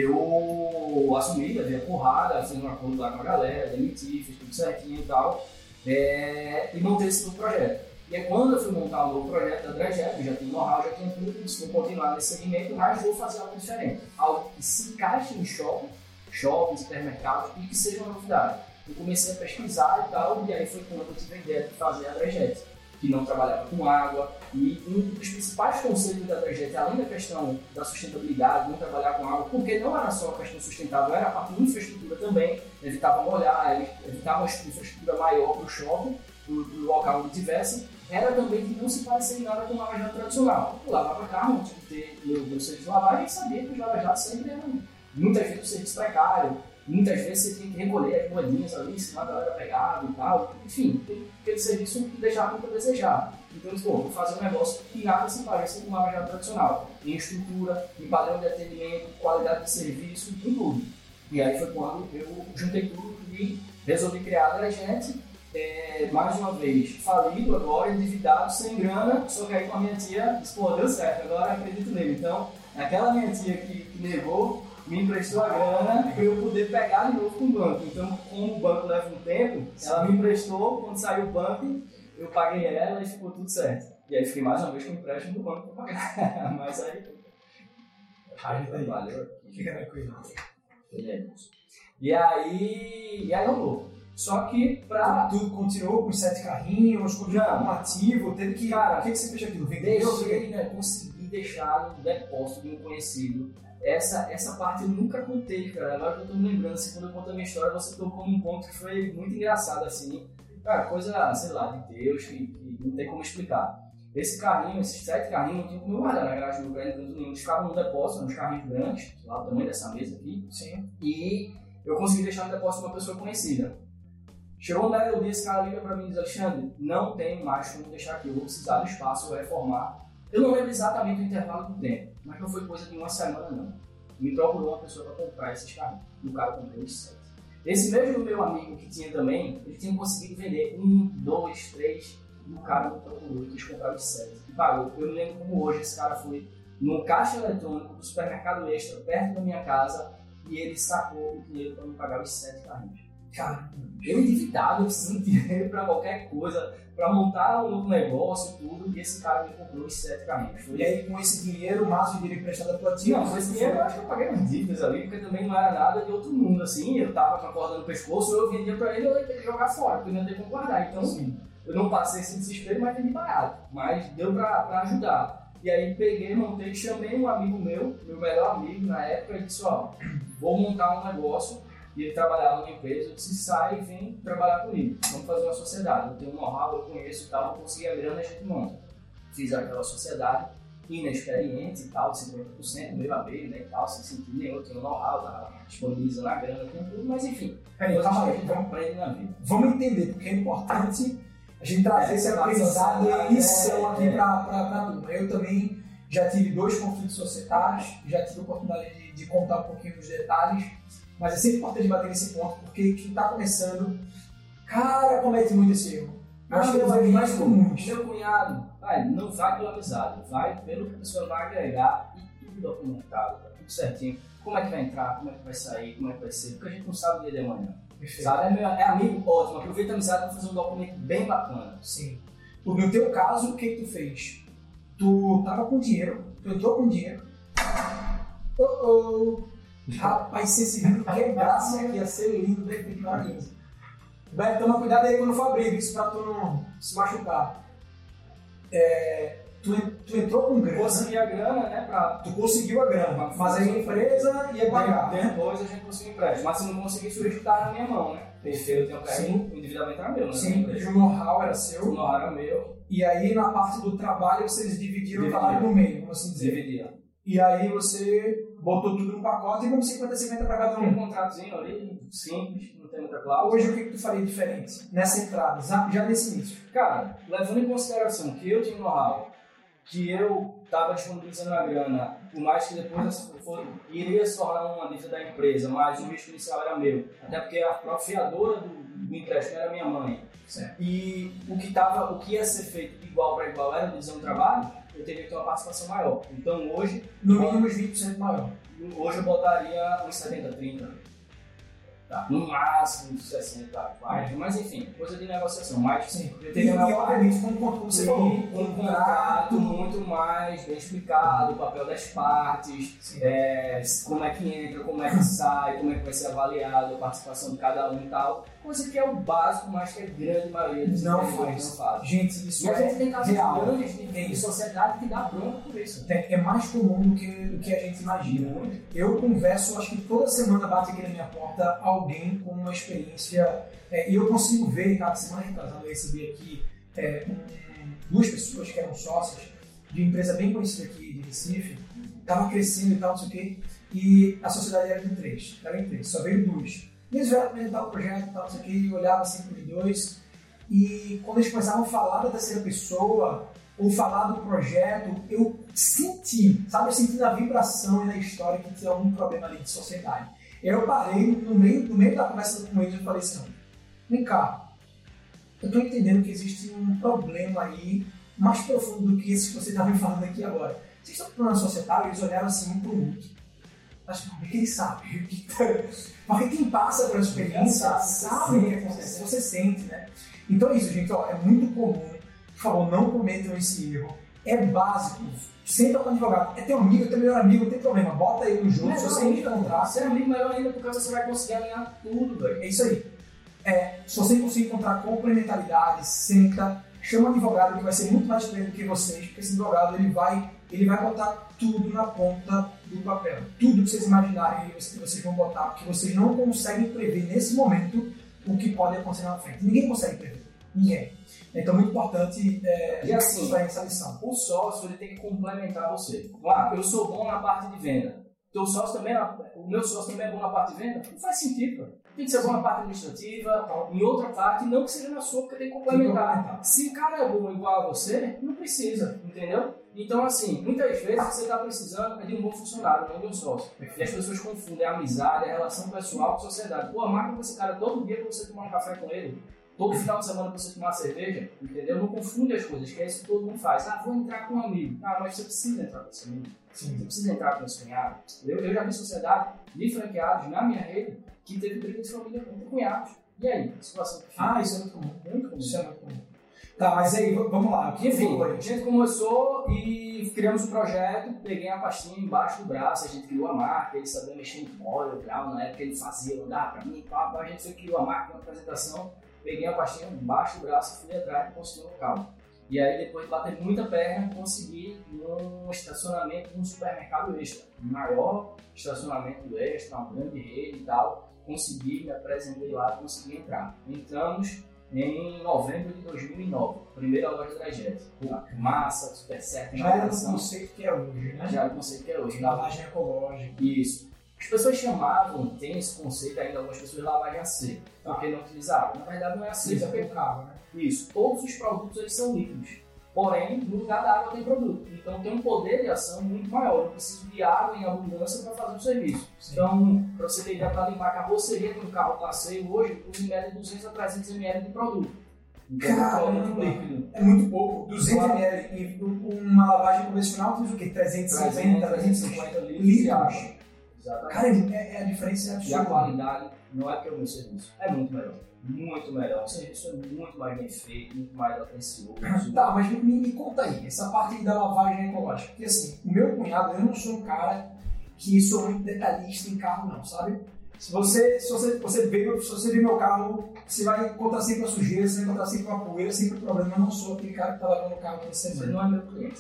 eu assumi, levei a porrada, fiz um acordo lá com a galera, demiti, fiz tudo certinho e tal, é, e montei esse novo projeto. E aí, quando eu fui montar um novo projeto da Drajet, eu já tinha know-how, já tinha tudo, disse, vou continuar nesse segmento, mas vou fazer algo diferente. Algo que se encaixe em shopping, shopping, supermercados, e que seja uma novidade. Eu comecei a pesquisar e tal, e aí foi quando eu tive a ideia de fazer a Drajet, que não trabalhava com água, e um dos principais conceitos da Drajet, além da questão da sustentabilidade, não trabalhar com água, porque não era só a questão sustentável, era a parte de infraestrutura também, evitava molhar, evitava uma infraestrutura maior para o shopping, para o local onde tivesse, era também que não se parecia em nada com lava jato tradicional. Eu lavava carro, não tinha que ter meu, meu serviço de lavagem, e sabia que os lava jatos sempre eram, muitas vezes, um serviço precário, muitas vezes você tinha que recolher as moedinhas ali, senão a galera pegava e tal, enfim, aquele serviço que deixava muito a desejar. Então, pô, vou fazer um negócio que nada se pareça com lava jato tradicional, em estrutura, em padrão de atendimento, qualidade de serviço, em tudo. E aí foi quando eu juntei tudo e resolvi criar a Drajet. É, mais uma vez, falido agora, endividado, sem grana, só que aí com a minha tia, disse, pô, deu certo, agora acredito nele. Então, aquela minha tia que, que negou, me emprestou a grana para eu poder pegar de novo com o banco. Então, como o banco leva um tempo, ela me emprestou, quando saiu o banco, eu paguei ela e ficou tudo certo. E aí fiquei mais uma vez com o empréstimo do banco para pagar. Mas aí... aí, valeu. Fica tranquilo. E aí... E aí rolou. Só que pra... Tu continuou com os sete carrinhos, continuou com ativo, teve que... Cara, o que, que você fez aquilo? Vendeu? Deixei, né? Consegui deixar no depósito de um conhecido. Essa, essa parte eu nunca contei, cara. Agora que eu tô me lembrando, assim, quando eu conto a minha história, você tocou num ponto que foi muito engraçado, assim. Cara, coisa, sei lá, de Deus, que, que não tem como explicar. Esse carrinho, esses sete carrinhos, não tinha como eu guardar na garagem do meu prédio, tanto nenhum. Eles ficavam no depósito, uns carrinhos grandes, sei lá, o tamanho dessa mesa aqui. Sim. E eu consegui deixar no depósito de uma pessoa conhecida. Chegou um belo dia, esse cara liga pra mim e diz, Alexandre, não tenho mais como deixar aqui, eu vou precisar do espaço, eu vou reformar. Eu não lembro exatamente o intervalo do tempo, mas não foi coisa de uma semana não. Me procurou uma pessoa para comprar esses carros, e o cara comprou os sete. Esse mesmo meu amigo que tinha também, ele tinha conseguido vender um, dois, três, e o cara me procurou e quis comprar os sete. E pagou. Eu me lembro como hoje, esse cara foi no caixa eletrônico do supermercado Extra, perto da minha casa, e ele sacou o dinheiro para me pagar os sete carrinhos. Cara, eu endividado, eu preciso de dinheiro para qualquer coisa, para montar um novo negócio e tudo, e esse cara me comprou os sete carrinhos. Foi... E aí, com esse dinheiro, o máximo de dinheiro emprestado da tua tia? Não, com esse dinheiro eu acho que eu paguei umas dívidas ali, porque também não era nada de outro mundo, assim, eu tava com a corda no pescoço, eu vendia para ele, eu ia ter que jogar fora, porque eu não ia ter como guardar. Então, sim, eu não passei esse desespero, mas vendi barato, mas deu para ajudar. E aí peguei, montei, chamei um amigo meu, meu melhor amigo na época, e disse, ó, vou montar um negócio, e ele trabalhava numa empresa, eu disse, sai e vem trabalhar comigo, vamos fazer uma sociedade, eu tenho um know-how, eu conheço e tal, vou conseguir a grana, a gente monta. Fiz aquela sociedade, inexperiente e tal, cinquenta por cento, meio a meio, né, e tal, sem sentido nenhum, eu tenho um know-how, tava disponibilizando a grana, tinha tudo, mas enfim, peraí, calma a aí, gente aprende na vida. Vamos entender, porque é importante a gente trazer É, esse aprendizado e a lição é, aqui é. para a turma. Eu também já tive dois conflitos societários, já tive a oportunidade de, de contar um pouquinho dos detalhes, mas é sempre importante bater nesse ponto, porque quem está começando, cara, comete muito esse erro. Eu acho que é um dos erros mais comuns. Meu cunhado, vai, não vai pela amizade, vai pelo que a pessoa vai agregar e tudo documentado, tá tudo certinho. Como é que vai entrar, como é que vai sair, como é que vai ser, porque a gente não sabe o dia de amanhã. Sabe? É, meu, é amigo ótimo, aproveita a amizade para fazer um documento bem bacana. Sim. No teu caso, o que, que tu fez? Tu tava com dinheiro, tu entrou com dinheiro. Oh, oh. Rapaz, se esse vídeo quebrasse aqui, ia ser lindo, de repente, maravilhoso. Beto, toma cuidado aí quando for abrir, isso pra tu não se machucar. É, tu, tu entrou com grana. Consegui a grana, né? Pra... Tu conseguiu a grana, mas aí a empresa ia pagar. Depois a gente conseguiu empréstimo. Mas se não conseguisse, o risco estava na minha mão, né? Porque eu tenho pego, o endividamento era meu, né? Sim, o know-how era seu. O know-how era meu. E aí na parte do trabalho vocês dividiram o trabalho no meio, vamos assim dizer. Dividiram. E aí você botou tudo no pacote e vamos cinquenta a cinquenta para cada um. Um contratozinho ali, simples, não tem muita cláusula. Hoje o que, que tu faria diferente nessa entrada, já nesse início? Cara, levando em consideração que eu tinha know-how, que eu estava disponibilizando a grana, por mais que depois for, iria se tornar uma dívida da empresa, mas o risco inicial era meu, até porque a própria fiadora do, do empréstimo era minha mãe. Certo. E o que, tava, o que ia ser feito de igual para igual era a divisão do trabalho, eu teria que ter uma participação maior. Então hoje... No mínimo uns vinte por cento maior. Hoje eu botaria uns setenta a trinta. Tá. No máximo uns sessenta, mais, mas enfim, coisa de negociação. Mas sim, eu teria e, uma obviamente, como, como você falou, um contrato muito mais bem explicado, o papel das partes, é, como é que entra, como é que sai, como é que vai ser avaliado, a participação de cada um e tal. Coisa que é o básico, mas que a grande maioria dos não empreendedores não faz. Gente, isso e a é gente tem casos real. grandes de, de sociedade que dá bronca por isso. É mais comum do que, do que a gente imagina. Muito. Eu converso, acho que toda semana bate aqui na minha porta alguém com uma experiência, é, e eu consigo ver, cara, semana retrasada eu recebi aqui é, um, duas pessoas que eram sócias de uma empresa bem conhecida aqui de Recife, estava crescendo e tal, não sei o quê, e a sociedade era em três, era em três, só veio duas. E eles vieram apresentar o projeto e tal, não sei o quê, e eu olhava assim para os dois, e quando eles começavam a falar da terceira pessoa, ou falar do projeto, eu senti, sabe, eu senti na vibração e na história que tinha algum problema ali de sociedade. Eu parei no meio, no meio da conversa com eles e falei assim, vem cá, eu estou entendendo que existe um problema aí mais profundo do que esse que você está me falando aqui agora. Vocês estão falando societário, eles olharam assim um para o outro. Mas como é que eles sabem? Porque quem passa pela experiência sabe o que acontece, você sente, né? Então é isso, gente, ó, é muito comum, por favor, não cometam esse erro, é básico. Senta com o advogado. É teu amigo, é teu melhor amigo, não tem problema. Bota ele no jogo, é, se não, você encontrar. Ser amigo melhor ainda, porque você vai conseguir alinhar tudo, velho. É isso aí. É, se você conseguir encontrar complementaridade, senta, chama um advogado que vai ser muito mais experiente do que vocês, porque esse advogado ele vai, ele vai botar tudo na ponta do papel. Tudo que vocês imaginarem, vocês vão botar, porque vocês não conseguem prever nesse momento o que pode acontecer na frente. Ninguém consegue prever. Ninguém. Então é muito importante é, e assim, essa lição. O sócio ele tem que complementar você. Ah, eu sou bom na parte de venda. Teu sócio também, o meu sócio também é bom na parte de venda? Não faz sentido, cara. Tem que ser bom na parte administrativa, em outra parte, não que seja na sua, porque tem que complementar. Se o cara é bom igual a você, não precisa, entendeu? Então, assim, muitas vezes o que você está precisando é de um bom funcionário, não de um sócio. E as pessoas confundem a amizade, a relação pessoal com a sociedade. Pô, marca com esse cara todo dia para você tomar um café com ele. Todo final de semana pra você tomar uma cerveja, entendeu? Não confunde as coisas, que é isso que todo mundo faz. Ah, vou entrar com um amigo. Ah, mas você precisa entrar com esse amigo. Sim. Você precisa entrar com esse cunhado. Eu, eu já vi sociedade de franqueados na minha rede que teve briga de família entre cunhados. E aí? A situação que fica? Ah, isso é muito comum. Muito comum. Isso é muito comum. Tá, mas aí, vamos lá. O que Enfim, foi? a gente começou e criamos um projeto, peguei a pastinha embaixo do braço, a gente criou a marca, ele sabia mexer no Corel, na época ele fazia, mandava pra mim, pá, a gente criou a marca, uma apresentação, peguei a pastinha embaixo do braço, fui atrás e consegui um local. E aí depois de bater muita perna, consegui um estacionamento num supermercado Extra, o maior estacionamento do Extra, uma grande rede e tal, consegui, me apresentei lá e consegui entrar. Entramos em novembro de dois mil e nove, primeira loja da Dryjet. Massa, super certo. Já era o conceito que é hoje, né? Já era o conceito que é hoje. Lavagem ecológica. Isso. As pessoas chamavam, tem esse conceito ainda, algumas pessoas, de lavagem a seco, porque não utilizavam. Na verdade não é a seco. Isso é porque carro, né? Isso. Todos os produtos eles são líquidos. Porém, no lugar da água tem produto. Então tem um poder de ação muito maior. Eu preciso de água em abundância para fazer o serviço. Sim. Então, para você ter ideia, para limpar a carroceria de um carro passeio hoje, usa em média duzentos a trezentos mililitros de produto. Então, Caramba, líquido. É muito pouco. duzentos mililitros. E uma lavagem convencional usa o quê? trezentos e cinquenta, trezentos e cinquenta litros de água. Exatamente. Cara, é, é a diferença é absurda. E a qualidade não é pelo meu serviço. É muito melhor. Muito melhor. O serviço é muito mais bem feito, muito mais atencioso. Tá, mas me, me conta aí, essa parte da lavagem ecológica. Porque assim, o meu cunhado, eu não sou um cara que sou muito detalhista em carro não, sabe? Se você, se você, você vê, se você vê meu carro, você vai encontrar sempre a sujeira, você vai encontrar sempre uma poeira, sempre o problema. Eu não sou aquele cara que tá lavando o carro toda semana. Você não é meu cliente.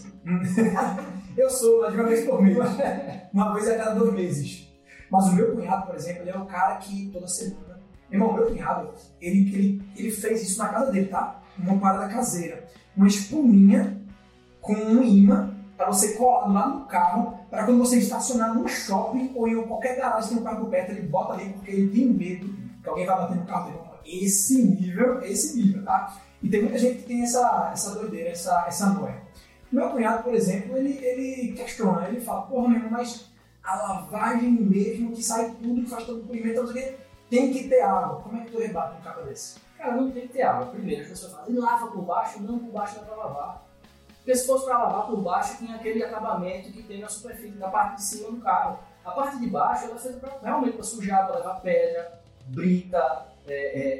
Eu sou, mas de uma vez por mês. Uma vez a cada dois meses. Mas o meu cunhado, por exemplo, ele é o cara que toda semana... Irmão, meu cunhado, ele, ele, ele fez isso na casa dele, tá? Uma parada caseira. Uma espuminha com um imã para você colar lá no carro, para quando você estacionar num shopping ou em qualquer garagem que tem um carro por perto, ele bota ali porque ele tem medo que alguém vai bater no carro dele. Esse nível, esse nível, tá? E tem muita gente que tem essa, essa doideira, essa, essa noia. Meu cunhado, por exemplo, ele, ele questiona, ele fala, porra, meu irmão, mas a lavagem mesmo, que sai tudo, que faz todo o polimento, tem que ter água. Como é que tu rebate um cara desse? Cara, não tem que ter água. Primeiro, as pessoas falam, e lava por baixo? Não, por baixo não é pra lavar. Porque se fosse para lavar por baixo, tem aquele acabamento que tem na superfície, na parte de cima do carro. A parte de baixo, ela é feita pra, realmente para sujar, para levar pedra, brita, é,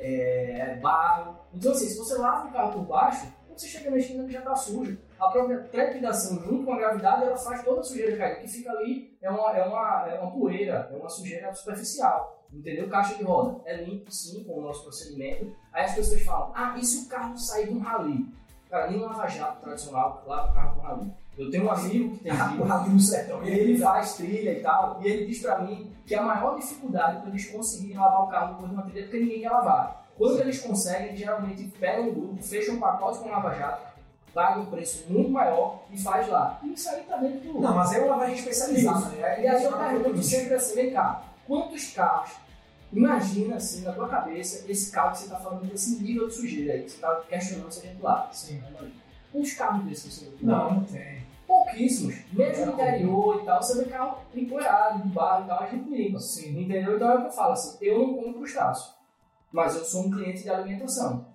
é, é, barro. Então assim, se você lava o carro por baixo, quando você chega na esquina ele já está sujo. A própria trepidação junto com a gravidade, ela faz toda a sujeira cair. O que fica ali é uma, é uma, é uma poeira, é uma sujeira superficial. Entendeu? Caixa de roda é limpo sim com o nosso procedimento. Aí as pessoas falam, ah, e se o carro sair de um rally? Cara, nem um lava-jato tradicional lava o carro com rally. Eu tenho um amigo que tem o rally no sertão, e ele faz trilha e tal, e ele diz pra mim que a maior dificuldade para eles conseguirem lavar o carro depois de uma trilha é porque ninguém quer lavar. Quando eles conseguem, eles geralmente pegam um grupo, fecham um pacote com lava-jato, pagam um preço muito maior e faz lá. E isso aí tá dentro do... Não, mas é uma lavagem especializada, né? E aí eu pergunto sempre assim, vem cá, quantos carros, imagina assim na tua cabeça esse carro que você está falando desse nível de sujeira aí, que você está questionando se a gente lava. Sim. Uns carros desses você não, não, não tem. Pouquíssimos. Mesmo no interior e tal, você vê carro empoeirado, de barro e tal, a gente limpa. Sim. Entendeu? Então é o que eu falo assim, eu não como crustáceo, mas eu sou um cliente de alimentação.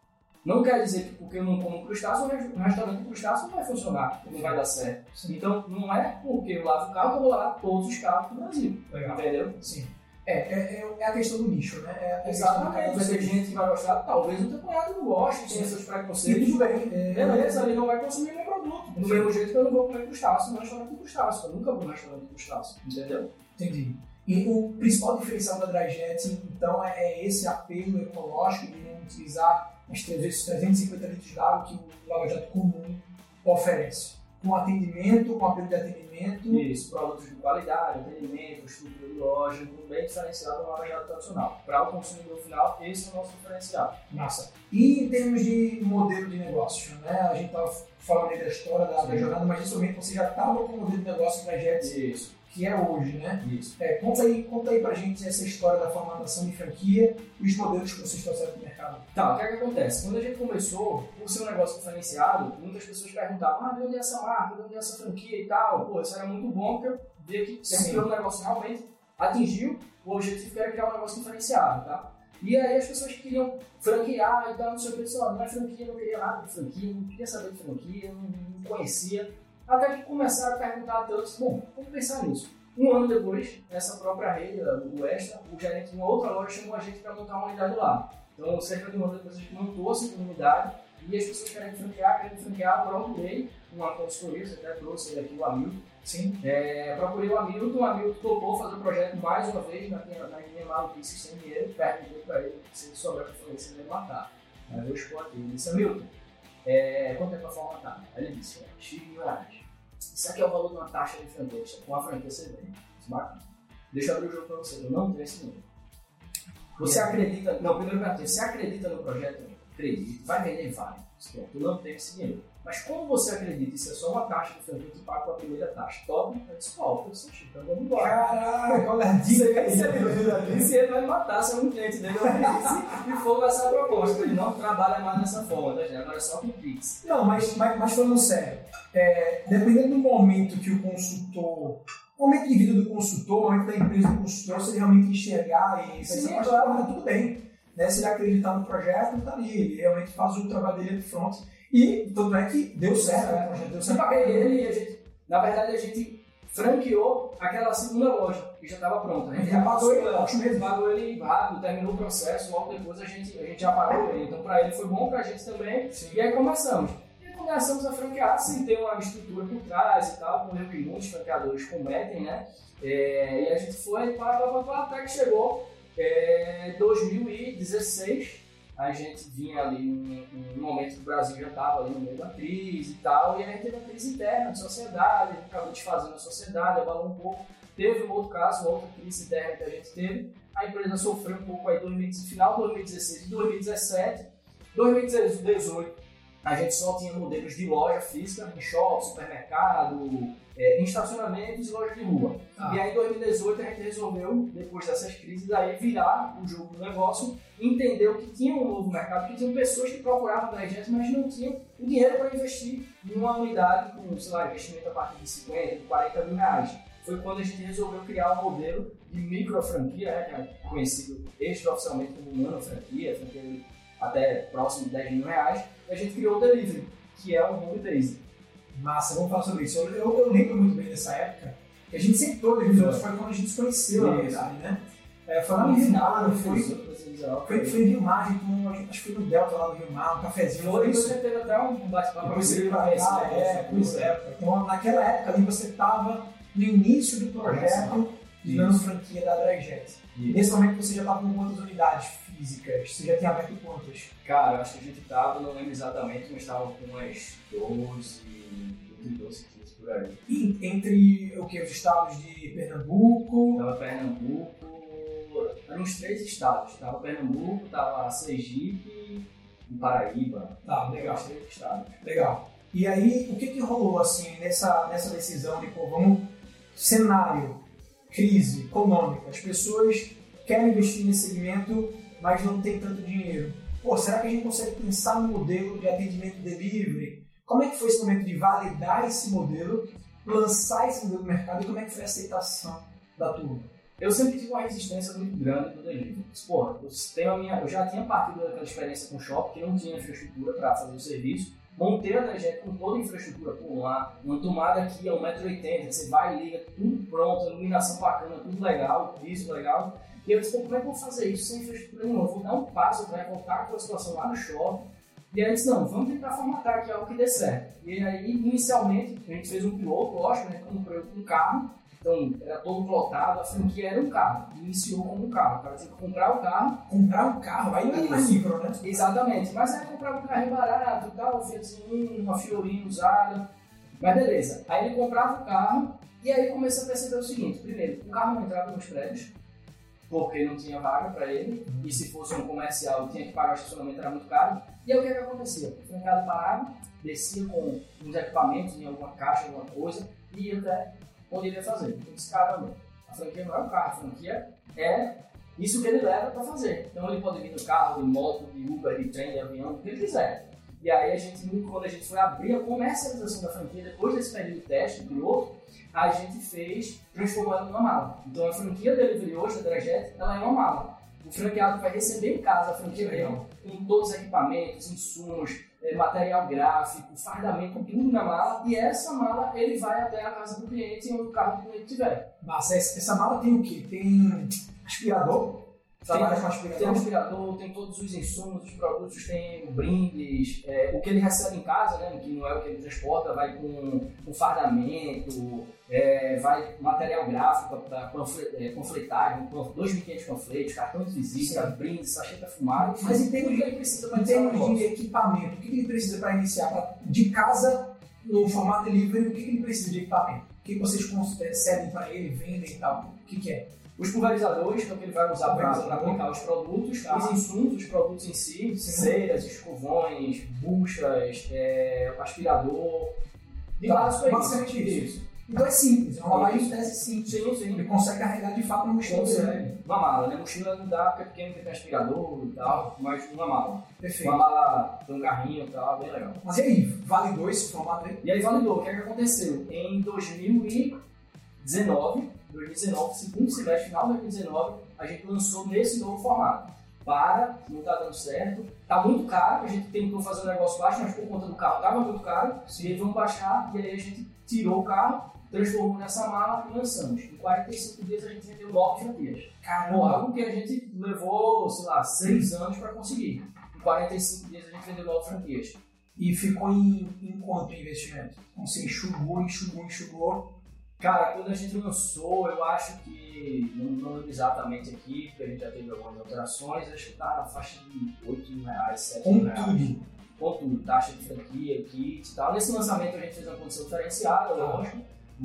Não quer dizer que porque eu não como crustáceo, o restaurante de crustáceo não vai funcionar, não vai dar certo. Sim. Então não é porque eu lavo o carro que eu vou lavar todos os carros do Brasil. Legal. Entendeu? Sim. É, é, é a questão do nicho, né? É Exatamente. Vai ter gente que vai gostar, talvez o teu cunhado não goste, tenha seus preconceitos. Tudo bem. É, beleza, ele não vai consumir meu produto. Do mesmo jeito que eu não vou comer crustáceo no restaurante de crustáceo. Eu nunca vou no restaurante de crustáceo. Entendeu? Entendi. E o principal diferencial da Dryjet, então, é, é esse apelo ecológico de não utilizar as trezentos e cinquenta litros de água que o lava-jato comum oferece. Com atendimento, com apelo de atendimento. Isso, produtos de qualidade, atendimento, estrutura de loja, tudo bem diferenciado do lava-jato tradicional. Para o consumidor final, esse é o nosso diferencial. Massa. E em termos de modelo de negócio, né? A gente estava falando aí da história da, da jornada, mas justamente você já estava com o modelo de negócio da Dryjet, Isso. que é hoje, né? Isso. É, conta aí, conta aí pra gente essa história da formatação de franquia e os modelos que vocês trouxeram pro mercado. Tá, o que é que acontece? Quando a gente começou, por ser um negócio diferenciado, muitas pessoas perguntavam, ah, de onde é essa marca, de onde é essa franquia e tal. Pô, isso era muito bom, porque eu via que sempre o negócio realmente atingiu o objetivo que era criar um negócio diferenciado, tá? E aí as pessoas queriam franquear e tal, não sei o que, só, não é franquia, não queria nada de franquia, não queria saber de franquia, não, não conhecia. Até que começaram a perguntar a todos, bom, vamos pensar nisso. Um ano depois, essa própria rede, o Extra, o gerente de uma outra loja chamou a gente para montar uma unidade lá. Então, cerca de um ano depois, a gente montou a segunda unidade e as pessoas querem franquear, querem franquear, procurei uma consultoria, você até trouxe ele aqui, o Hamilton. Sim. É, procurei o Hamilton, o Hamilton topou fazer o projeto mais uma vez na minha, na minha maluquice sem dinheiro, perguntei para ele se ele souber o que foi, se ele vai matar. Mas eu expor aqui, ele disse, Hamilton, é, quanto é para formatar? Aí ele disse, X mil reais. Isso aqui é o valor de uma taxa de franquia, com a franquia você vende. Bacana. Deixa eu abrir o jogo para você, eu não tenho esse dinheiro. Você acredita, não, primeiro perguntei, você acredita no projeto? Acredito, vai vender, vai. Pronto, eu não tenho esse dinheiro. Mas como você acredita, isso é só uma taxa de franquia que paga com a primeira taxa? Top, eu disse, top, eu disse, então vamos embora. Caraca, olha a dica aí. Se ele vai matar, se é um cliente dele, eu disse, e for essa proposta. Ele não trabalha mais dessa forma, tá, gente? Agora é só com Pix. Não, mas, mas, mas falando sério, é, dependendo do momento que o consultor, o momento de vida do consultor, o momento da empresa do consultor, se ele realmente enxergar e Sim, pensar, claro, tá tudo bem. Né? Se ele acreditar no projeto, tá ali, ele realmente faz o trabalho dele de front. E tanto é que deu certo, né? O projeto deu certo. Eu paguei ele e a gente, na verdade, a gente franqueou aquela segunda loja que já estava pronta. A gente já pagou ele, mesmo. pagou ele rápido, terminou o processo, logo depois a gente, a gente já pagou ele. Então, para ele foi bom, para a gente também. Sim. E aí começamos. E aí começamos a franquear sem ter uma estrutura por trás e tal, como que muitos franqueadores cometem, né? É, e a gente foi, pá, pá, pá, pá, até que chegou é, dois mil e dezesseis. A gente vinha ali num, num momento que o Brasil já estava ali no meio da crise e tal, e aí teve uma crise interna de sociedade, acabou desfazendo a sociedade, abalou um pouco. Teve um outro caso, uma outra crise interna que a gente teve, a empresa sofreu um pouco aí no final de dois mil e dezesseis e dois mil e dezessete. dois mil e dezoito a gente só tinha modelos de loja física, em shopping, supermercado, é, em estacionamentos e loja de rua. Ah. E aí em dois mil e dezoito a gente resolveu, depois dessas crises, aí virar o jogo do negócio, entendeu que tinha um novo mercado, que tinham pessoas que procuravam Dryjet, mas não tinham o dinheiro para investir em uma unidade com, sei lá, investimento a partir de cinquenta, de quarenta mil reais. Foi quando a gente resolveu criar um modelo de micro franquia, né, que é conhecido extraoficialmente como nano franquia, franquia até próximo de dez mil reais, e a gente criou o Delivery, que é um home base. Massa, vamos falar sobre isso. Eu, eu, eu lembro muito bem dessa época, que a gente sempre todo episódio foi quando a gente se conheceu, na verdade, né? É, foi lá no Rio Mar, não foi? Foi, foi em Rio Mar, acho que foi no Delta lá no Rio Mar, um cafezinho. Foi, e você teve até um bate-papo pra você pra cá, é, pois é. Então, naquela época ali, você estava no início do projeto de nano franquia da Dryjet. Nesse momento você já estava com quantas unidades físicas? Você já tinha aberto quantas? Cara, eu acho que a gente estava, não lembro exatamente, mas estava com umas doze, doze, quinze por aí. E entre o que? Os estados de Pernambuco? Estava Pernambuco, eram uns três estados. Estava Pernambuco, estava Sergipe e Paraíba. Tá, legal. Os três estados. Legal. E aí, o que que rolou assim nessa, nessa decisão de, pô, vamos, cenário, crise econômica, as pessoas querem investir nesse segmento, mas não tem tanto dinheiro. Pô, será que a gente consegue pensar no modelo de atendimento delivery? Como é que foi esse momento de validar esse modelo, lançar esse modelo no mercado e como é que foi a aceitação da turma? Eu sempre tive uma resistência muito grande do delivery. Pô, eu, tenho a minha, eu já tinha partido daquela experiência com o shopping, que não tinha infraestrutura para fazer o serviço. Montei a Dryjet com toda a infraestrutura por lá, uma tomada aqui é um metro e oitenta, você vai e liga, tudo pronto, iluminação bacana, tudo legal, piso legal. E eu disse, pô, como é que eu vou fazer isso sem infraestrutura nenhuma? Eu vou dar um passo para voltar com a situação lá no shopping. E aí eu disse, não, vamos tentar formatar aqui algo que dê certo. E aí, inicialmente, a gente fez um piloto, lógico, né? Comprei um carro, então era todo plotado, a franquia era um carro, iniciou como um carro, o cara tinha que comprar o carro. Comprar um carro? Aí não é mais micro, né? Exatamente, mas aí comprava um carro barato e tal, Fiat Uno, uma Fiorino usada, mas beleza. Aí ele comprava o carro e aí comecei a perceber o seguinte, primeiro, o carro não entrava nos prédios, porque não tinha vaga para ele, e se fosse um comercial tinha que pagar o estacionamento, era muito caro. E aí o que, que acontecia? O franqueado parava, descia com uns equipamentos em alguma caixa, alguma coisa, e ia até onde ele ia fazer. Eu disse, caramba, a franquia não é o carro, a franquia é isso que ele leva para fazer. Então ele pode vir no carro, de moto, de Uber, de trem, de avião, o que ele quiser. E aí a gente, quando a gente foi abrir a comercialização da franquia, depois desse período de teste, piloto, a gente fez, transformou ela numa mala. Então a franquia Delivery hoje, da Dryjet, ela é uma mala. O franqueado vai receber em casa a franquia dele, com todos os equipamentos, insumos, material gráfico, fardamento, tudo na mala, e essa mala ele vai até a casa do cliente onde o carro do cliente estiver. Mas essa, essa mala tem o quê? Tem aspirador? Trabalha com aspirador? Tem aspirador, tem todos os insumos, os produtos, tem brindes, é, o que ele recebe em casa, né, que não é o que ele transporta, vai com, com fardamento, é, vai material gráfico para panfletagem, dois mil e quinhentos panfletos, cartão de visita, brindes, sachê perfumado. Mas em termos de, ele precisa para em termos de equipamento, o que ele precisa para iniciar? Pra, de casa, no formato delivery, o que ele precisa de equipamento? O que vocês concedem para ele, vendem e tal? O que, que é? Os pulverizadores, que é o que ele vai usar para aplicar os produtos, tá. Os insumos, os produtos em si, ceras, escovões, buchas, é, aspirador, de tá, várias coisas. Basicamente isso. isso. Então é simples, é uma lavagem de teste simples. Sim, sim. Ele consegue carregar de fato uma mochila dele. Uma mala, né? Mochila não dá porque é pequeno, tem aspirador e tal, mas uma mala. Perfeito. Uma mala com um carrinho e tal, bem legal. Mas e aí, validou esse formato aí? E aí validou, o que é que aconteceu? Em dois mil e dezenove, dois mil e dezenove, segundo semestre, final de dois mil e dezenove, a gente lançou nesse novo formato. Para, não está dando certo, está muito caro, a gente tentou fazer um negócio baixo, mas por conta do carro estava muito caro, e eles vão baixar, e aí a gente tirou o carro, transformou nessa mala e lançamos. Em quarenta e cinco dias a gente vendeu nove franquias. Caramba! Algo que a gente levou, sei lá, seis anos para conseguir. Em quarenta e cinco dias a gente vendeu nove franquias. E ficou em, em quanto o investimento? Então você enxugou, enxugou, enxugou. Cara, quando a gente lançou, eu acho que, não, não lembro exatamente aqui, porque a gente já teve algumas alterações, acho que tá na faixa de oito mil reais, sete mil reais. Com tudo. Com tudo, taxa de franquia, kit e tal. Nesse lançamento a gente fez uma condição diferenciada, lógico,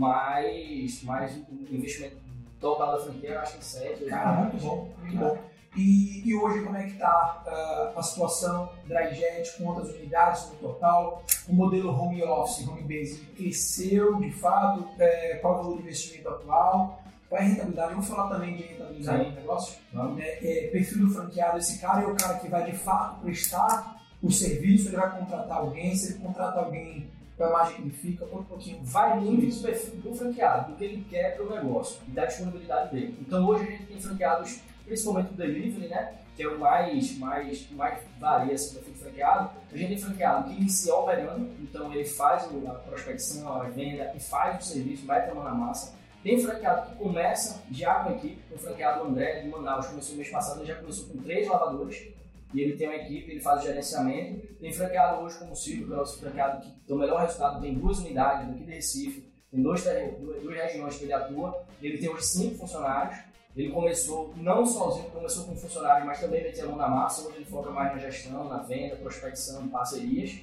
mas, mas o investimento total da franquia eu acho que sete. Cara, muito bom, muito bom. E, e hoje como é que está uh, a situação Dryjet, quantas unidades no total? O modelo home office, home base, cresceu de fato? É, qual é o valor de investimento atual? Qual é a rentabilidade? Vamos falar também de rentabilidade do negócio? É, é, perfil do franqueado, esse cara é o cara que vai de fato prestar o serviço, ele vai contratar alguém, se ele contrata alguém, qual é a margem que ele fica, um pouquinho. Vai muito do perfil do franqueado, do que ele quer para o negócio e da disponibilidade dele. Então hoje a gente tem franqueados, principalmente o delivery, né, que é o mais, mais, mais varia esse perfil de franqueado. A gente tem franqueado que inicia operando, então ele faz a prospecção, a venda e faz o serviço, mete a mão na massa. Tem franqueado que começa já com a equipe, o franqueado André de Manaus começou no mês passado, ele já começou com três lavadores, e ele tem uma equipe, ele faz o gerenciamento. Tem franqueado hoje como o Silvio, que é o nosso franqueado que tem o melhor resultado, tem duas unidades aqui de Recife, tem dois, duas, duas regiões que ele atua, ele tem hoje cinco funcionários. Ele começou não sozinho, começou com funcionário, mas também metia a mão na massa, hoje ele foca mais na gestão, na venda, prospecção, parcerias.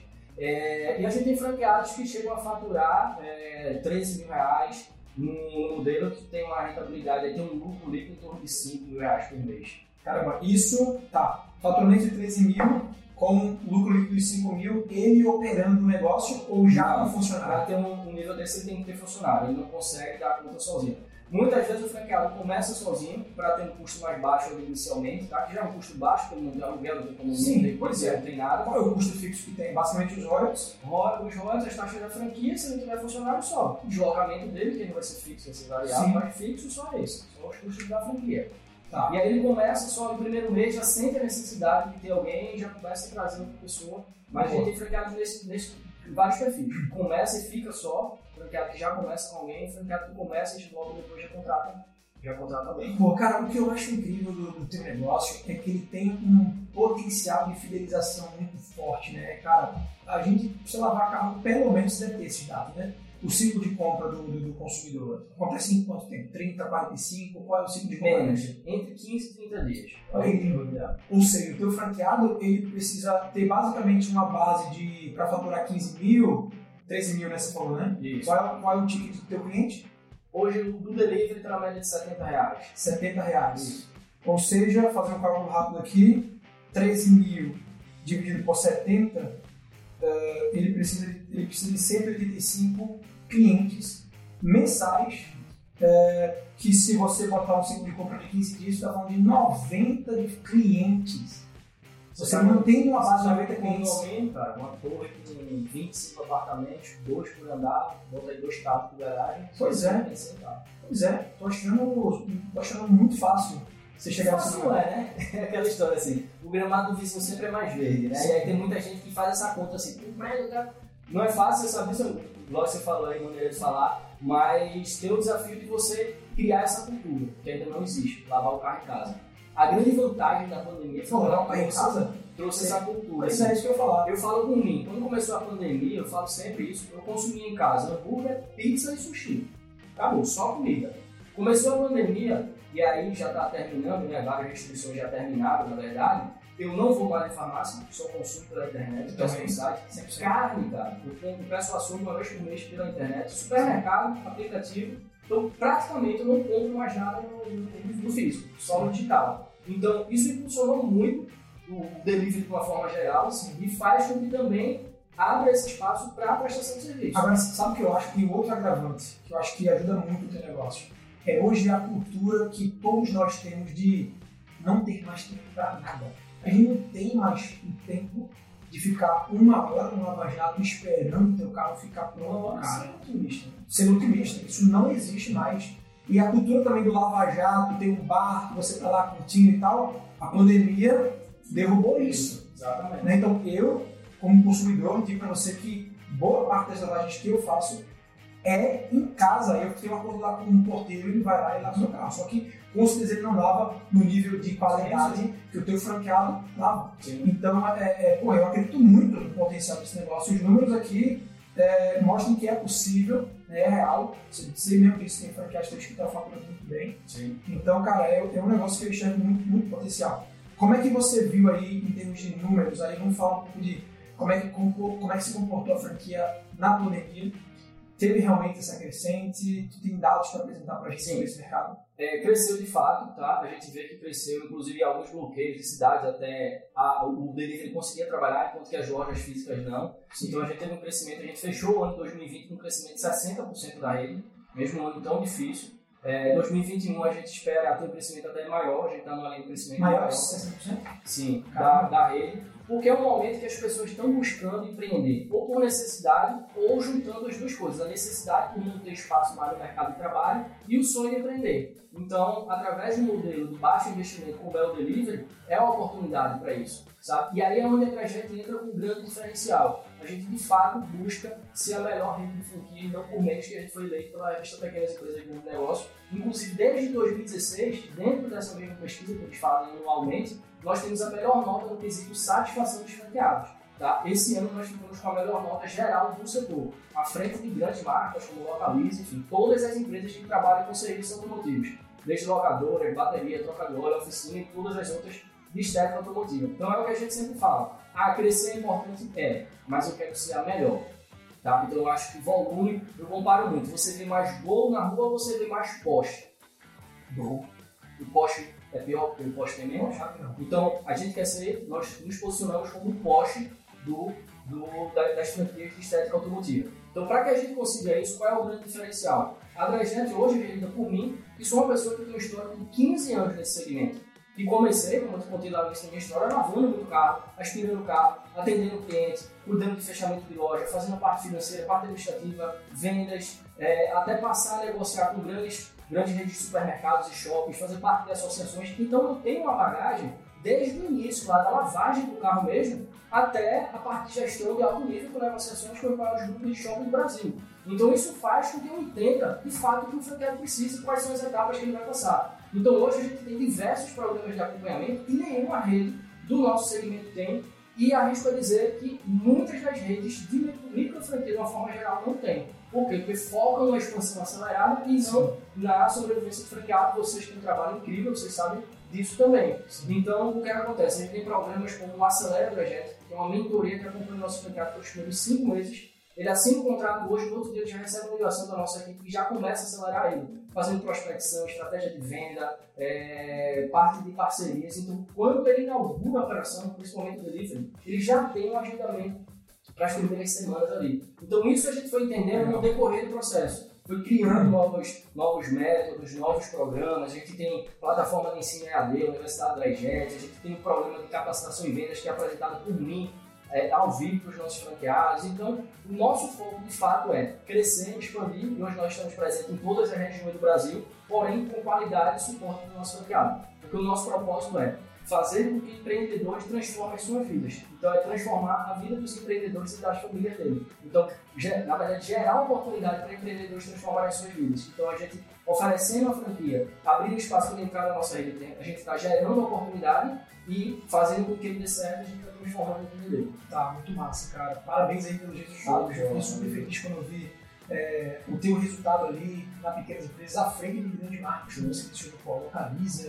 É, e a gente tem franqueados que chegam a faturar é, treze mil reais num modelo que tem uma rentabilidade, tem um lucro líquido em torno de cinco mil reais por mês. Caramba, isso tá. Faturamento de treze mil com lucro líquido de cinco mil, ele operando o negócio ou já com funcionário? Para ter um, um nível desse, ele tem que ter funcionário, ele não consegue dar conta sozinho. Muitas vezes o franqueado começa sozinho para ter um custo mais baixo inicialmente, tá? Que já é um custo baixo, porque ele não tem aluguel, não tem como Sim, pois é. não tem nada. Qual é o custo fixo que tem? Basicamente os royalties? Os royalties, as taxas da franquia, se não tiver funcionário só. O deslocamento dele, que não vai ser fixo, vai ser variável, mas fixo só é esse, só os custos da franquia. Tá. E aí ele começa só no primeiro mês, já sente a necessidade de ter alguém e já começa a trazer outra pessoa. Mas a gente tem franqueados nesse, nesse vários perfis. Começa e fica só, franqueado que já começa com alguém, franqueado que começa e logo depois já contrata, já contrata alguém. Pô, cara, o que eu acho incrível do, do teu negócio é que ele tem um potencial de fidelização muito forte, né? Cara, a gente precisa lavar carro, pelo menos deve ter esses dados, né? O ciclo de compra do, do, do consumidor acontece em quanto tempo? trinta, quarenta e cinco? Qual é o ciclo de compra? Menos, entre quinze e trinta dias. Olha, ou seja, o teu franqueado ele precisa ter basicamente uma base de para faturar quinze mil, treze mil, né? Você falou, né? Isso. Qual é, qual é o ticket do teu cliente? Hoje o do delivery está na média de setenta reais. setenta reais. Isso. Ou seja, fazer um cálculo rápido aqui, treze mil dividido por setenta, uh, ele, precisa, ele precisa de cento e oitenta e cinco clientes mensais, uh, que se você botar um ciclo de compra de quinze dias, você está falando de noventa de clientes. Você não tem uma base de noventa clientes. Alguém, cara, uma torre com vinte e cinco apartamentos, dois por andar, bota aí dois carros por garagem. Pois é. Pois é, tô achando, tô achando muito fácil Você chegar assim, não é, né? É aquela história assim, o gramado do vizinho sempre é mais verde, né? Sim. E aí tem muita gente que faz essa conta assim, não é fácil, você sabe isso, igual você falou aí, maneira de falar, mas tem o desafio de você criar essa cultura, que ainda não existe, lavar o carro em casa. A grande vantagem da pandemia foi lavar o carro em casa, trouxe essa cultura. Isso é isso que eu ia falar. Eu falo por mim, quando começou a pandemia, eu falo sempre isso, eu consumia em casa hambúrguer, pizza e sushi. Acabou, só comida. Começou a pandemia, e aí já está terminando, né? Várias restrições já terminaram, na verdade. Eu não vou mais em farmácia, só consumo pela internet, pelo site. Sempre carne, cara. Eu, eu peço açougue uma vez por mês pela internet. Supermercado, aplicativo. Então, praticamente, eu não compro mais nada no, no, no físico, só no digital. Então, isso impulsionou muito o delivery de uma forma geral, assim, e faz com que também abra esse espaço para a prestação de serviço. Agora, sabe o que eu acho? E outro agravante, que eu acho que ajuda muito o teu negócio, é hoje a cultura que todos nós temos de não ter mais tempo para nada. A gente não tem mais o tempo de ficar uma hora no lava-jato esperando o teu carro ficar pronto. Sendo otimista. Sendo otimista. Isso não existe mais. E a cultura também do lava-jato, tem um bar que você está lá curtindo e tal, a pandemia derrubou isso. Exatamente. Né? Então eu, como consumidor, digo para você que boa parte das lavagens que eu faço é em casa. Eu tenho um acordo lá com um porteiro, ele vai lá e lava o seu carro. Só que com certeza ele não lava no nível de qualidade sim, sim. que o teu franqueado lava. Sim. Então, é, é, pô, eu acredito muito no potencial desse negócio. Os números aqui é, mostram que é possível, né, é real. Você, você mesmo disse que tem franqueados que estão faturando muito bem. Sim. Então, cara, é, é um negócio que eu enxergo muito, muito potencial. Como é que você viu aí, em termos de números, aí vamos falar um pouco de como é que, como é que se comportou a franquia na pandemia? Teve realmente essa crescente? Tu tem dados para apresentar para a gente sobre esse mercado? É, cresceu de fato, tá? A gente vê que cresceu, inclusive alguns bloqueios de cidades até a, o delivery conseguia trabalhar, enquanto que as lojas físicas não. Sim. Então a gente teve um crescimento, a gente fechou o ano de dois mil e vinte com um crescimento de sessenta por cento da rede, mesmo um ano tão difícil. É, dois mil e vinte e um a gente espera ter um crescimento até maior, a gente está numa linha de crescimento maior. Maior de sessenta por cento? Sim, da, da rede. Porque é um momento que as pessoas estão buscando empreender, ou por necessidade, ou juntando as duas coisas. A necessidade por não ter espaço mais no mercado de trabalho e o sonho de empreender. Então, através de um modelo de baixo investimento com o Belo Delivery, é uma oportunidade para isso, sabe? E aí é onde a gente entra com um grande diferencial. A gente, de fato, busca ser a melhor rede de franquia, não por menos que a gente foi eleito pela revista Pequenas Empresas de Grande Negócio. Inclusive, desde dois mil e dezesseis, dentro dessa mesma pesquisa que eles fazem anualmente, nós temos a melhor nota no quesito satisfação dos franqueados. Tá? Esse ano nós ficamos com a melhor nota geral do setor, à frente de grandes marcas como Localize, enfim, todas as empresas que trabalham com serviços automotivos, desde locadoras, bateria, trocadora, oficina e todas as outras de estética automotiva. Então é o que a gente sempre fala, ah, crescer é importante, é, mas eu quero ser a melhor. Tá? Então eu acho que volume, eu comparo muito, você vê mais gol na rua ou você vê mais poste? Gol. O poste é pior porque o poste tem menos. Então, a gente quer ser, nós nos posicionamos como um poste do, do, das franquias de estética automotiva. Então, para que a gente consiga isso, qual é o grande diferencial? A Dryjet hoje é gerida por mim, e sou uma pessoa que tem uma história de quinze anos nesse segmento. E comecei, como eu te contei lá no início da minha história, lavando muito carro, aspirando o carro, atendendo o cliente, cuidando de fechamento de loja, fazendo a parte financeira, parte administrativa, vendas, é, até passar a negociar com grandes grandes redes de supermercados e shoppings, fazer parte de associações. Então eu tenho uma bagagem desde o início, lá da lavagem do carro mesmo, até a parte de gestão de alto nível com negociações com os maiores grupos de shopping do Brasil. Então isso faz com que eu entenda, de fato, o que o franqueado precisa e quais são as etapas que ele vai passar. Então hoje a gente tem diversos programas de acompanhamento que nenhuma rede do nosso segmento tem, e arrisco a dizer que muitas das redes de micro franquia, de uma forma geral, não tem. Por quê? Porque focam na expansão acelerada e não na sobrevivência do franqueado. Vocês têm um trabalho incrível, vocês sabem disso também. Sim. Então, o que acontece? A gente tem programas como o Acelera Projeto, que é uma mentoria que acompanha o nosso franqueado pelos primeiros cinco meses. Ele assina o contrato hoje, no outro dia ele já recebe uma ligação da nossa equipe e já começa a acelerar ele, fazendo prospecção, estratégia de venda, é, parte de parcerias. Então, quando ele inaugura a operação, principalmente o delivery, ele já tem um agendamento para as primeiras semanas ali. Então, isso a gente foi entendendo no decorrer do processo. Foi criando novos, novos métodos, novos programas. A gente tem plataforma de ensino E A D, a Universidade Dryjet, a gente tem um programa de capacitação e vendas que é apresentado por mim, é, ao vivo para os nossos franqueados. Então, o nosso foco, de fato, é crescer, expandir, e hoje nós estamos presentes em todas as regiões do Brasil, porém com qualidade e suporte do nosso franqueado. Porque o nosso propósito é fazer com que empreendedores transformem suas vidas. Então, é transformar a vida dos empreendedores e das famílias dele. Então, na verdade, gerar oportunidade para empreendedores transformarem suas vidas. Então, a gente, oferecendo a franquia, abrindo espaço para ele entrar na nossa rede, a gente está gerando oportunidade e fazendo com que ele dê certo, a gente está transformando a vida dele. Tá, muito massa, cara. Parabéns aí pelo jeito do show. Eu fiquei super feliz quando eu vi é, o teu resultado ali na Pequenas Empresas, à frente de grandes marcas, como você disse, a Localiza,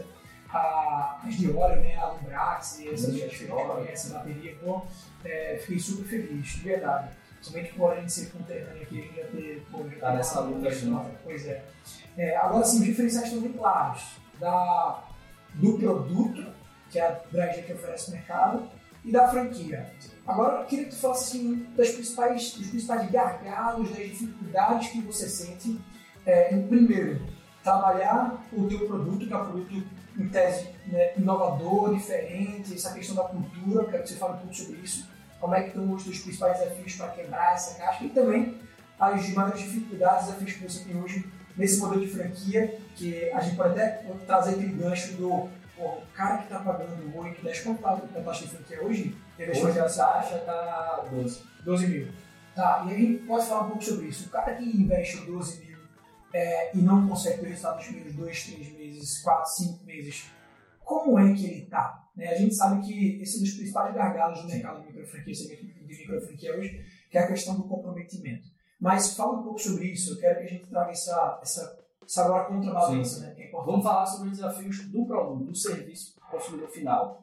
a, as de óleo, né, a Lumbrax, e essas de óleo, essa bateria, pô, é, fiquei super feliz, de verdade. Somente por a gente ser conterrâneo aqui, já ter, pô, já tá nessa luta junto. Pois é. é. Agora sim, os diferenciais estão bem claros da, do produto que a Dryjet oferece no mercado e da franquia. Agora, eu queria que tu falasse assim, das principais, dos principais gargalos, das dificuldades que você sente é, em, primeiro, trabalhar o teu produto, que é um produto em tese, né, inovador, diferente, essa questão da cultura, quero que você fale um pouco sobre isso, como é que estão os teus principais desafios para quebrar essa casca e também as maiores dificuldades, desafios que você tem hoje nesse modelo de franquia, que a gente pode até trazer aquele gancho do o cara que está pagando oito, dez, quanto está a taxa de franquia hoje? Hoje a taxa está doze. doze mil. Tá, e a gente pode falar um pouco sobre isso. O cara que investe doze mil é, e não consegue ter resultado nos primeiros dois, três meses, quatro, cinco meses, como é que ele está? Né? A gente sabe que esse é um dos principais gargalos do mercado de microfranquia, de microfranquia hoje, que é a questão do comprometimento. Mas fala um pouco sobre isso, eu quero que a gente traga essa, essa, essa agora contrabalança, né? Que é importante. Vamos falar sobre os desafios do produto, do serviço do consumidor final.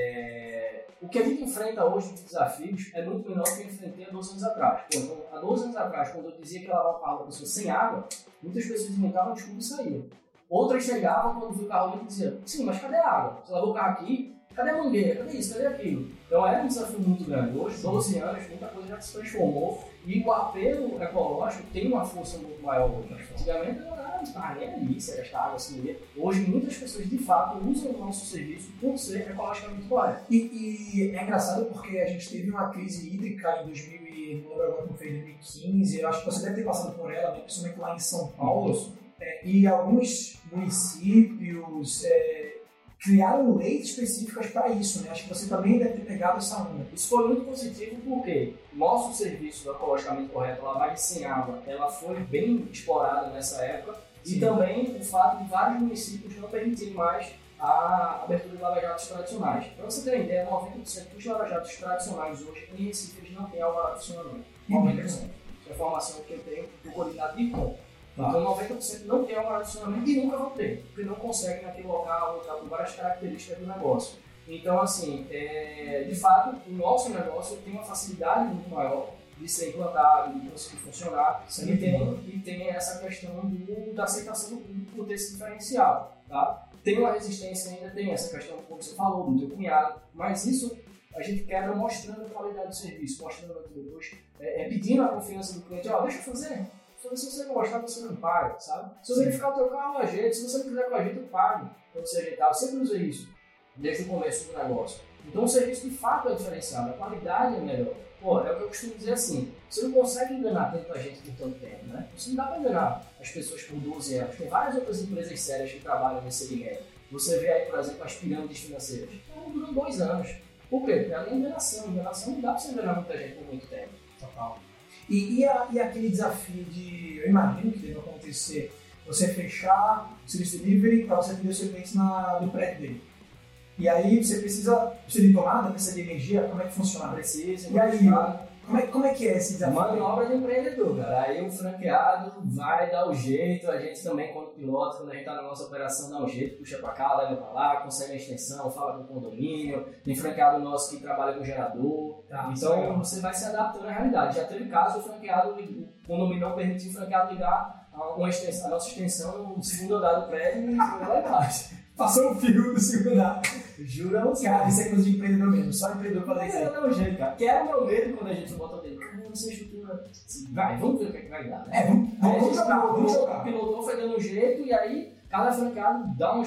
É... O que a gente enfrenta hoje de desafios é muito menor do que eu enfrentei há doze anos atrás. Pô, então, há doze anos atrás, quando eu dizia que lavar o carro da pessoa sem água, muitas pessoas inventavam desculpa e saíam. Outras chegavam quando viu o carro limpo e diziam, sim, mas cadê a água? Você lavou o carro aqui? Cadê a mangueira? Cadê isso? Cadê aquilo? Então era um desafio muito grande. Hoje, doze anos, muita coisa já se transformou e o apelo ecológico tem uma força muito maior hoje. Antigamente era ah, nem ali, se gastar água assim. Hoje muitas pessoas de fato usam o nosso serviço por ser ecologicamente correto. E, e é engraçado porque a gente teve uma crise hídrica em dois mil e não lembro agora como foi, dois mil e quinze, eu acho que você deve ter passado por ela, né, principalmente lá em São Paulo. É, e alguns municípios é, criaram leis específicas para isso, né? Acho que você também deve ter pegado essa onda. Isso foi muito positivo porque nosso serviço do ecologicamente correto, lavagem sem água, ela foi bem explorada nessa época. Sim. E também o fato de vários municípios não permitirem mais a abertura de lava-jatos tradicionais. Para você ter uma ideia, noventa por cento dos lava-jatos tradicionais hoje em Recife eles não têm água de funcionamento. noventa por cento. Essa é a informação que eu tenho do coordenado de ponto. Tá. Então noventa por cento não tem um funcionamento e nunca vão ter, porque não conseguem naquele local ou por várias características do negócio. Então, assim, é, de fato, o nosso negócio tem uma facilidade muito maior de ser implantado, de conseguir funcionar, e tem, e tem essa questão do, da aceitação do público por ter esse diferencial. Tá? Tem uma resistência ainda, tem essa questão, como você falou, do teu cunhado, mas isso a gente quebra mostrando a qualidade do serviço, mostrando aquilo depois, é, é pedindo a confiança do cliente, ó, deixa eu fazer. Se você não gostar, você não paga, sabe? Se você verificar o teu carro, ajeita. Se você não quiser com a gente, eu pago para você ajeitar. Eu sempre usei isso, desde o começo do negócio. Então o serviço de fato é diferenciado, a qualidade é melhor. Pô, é o que eu costumo dizer assim, você não consegue enganar tanta gente por tanto tempo, né? Você não dá para enganar as pessoas por doze anos. Tem várias outras empresas sérias que trabalham nesse segmento. Você vê aí, por exemplo, as pirâmides financeiras. Não duram dois anos. Por quê? Porque além da enganação. Enganação não dá para você enganar muita gente por muito tempo. Total. E, e, a, e aquele desafio de, eu imagino que deve acontecer, você fechar o serviço delivery para você atender o seu cliente na, no prédio dele. E aí você precisa, precisa de tomada, precisa de energia, como é que funciona? Precisa, e aí, como é, como é que é esse desafio? Manobra de empreendedor, cara. Aí o franqueado vai dar o jeito, a gente também, quando pilota, quando a gente está na nossa operação, dá um jeito, puxa para cá, leva para lá, consegue a extensão, fala com o condomínio, tem franqueado nosso que trabalha com gerador. Tá, então você vai se adaptando à realidade. Já teve caso, o franqueado, o condomínio não permitiu o franqueado ligar a, uma extensão, a nossa extensão no segundo andar do prédio e foi lá embaixo. Passou um fio no segundo andar. Jura você? Cara, isso é coisa de empreendedor mesmo, só empreendedor para isso. Não, jeito, cara. Que era o meu medo quando a gente botou dele. Caramba, essa estrutura. Vai, vamos ver o que, é que vai dar, né? É, vamos, vamos, vamos jogar, vamos jogar. O pilotou foi dando um jeito e aí cada franqueado dá um jeito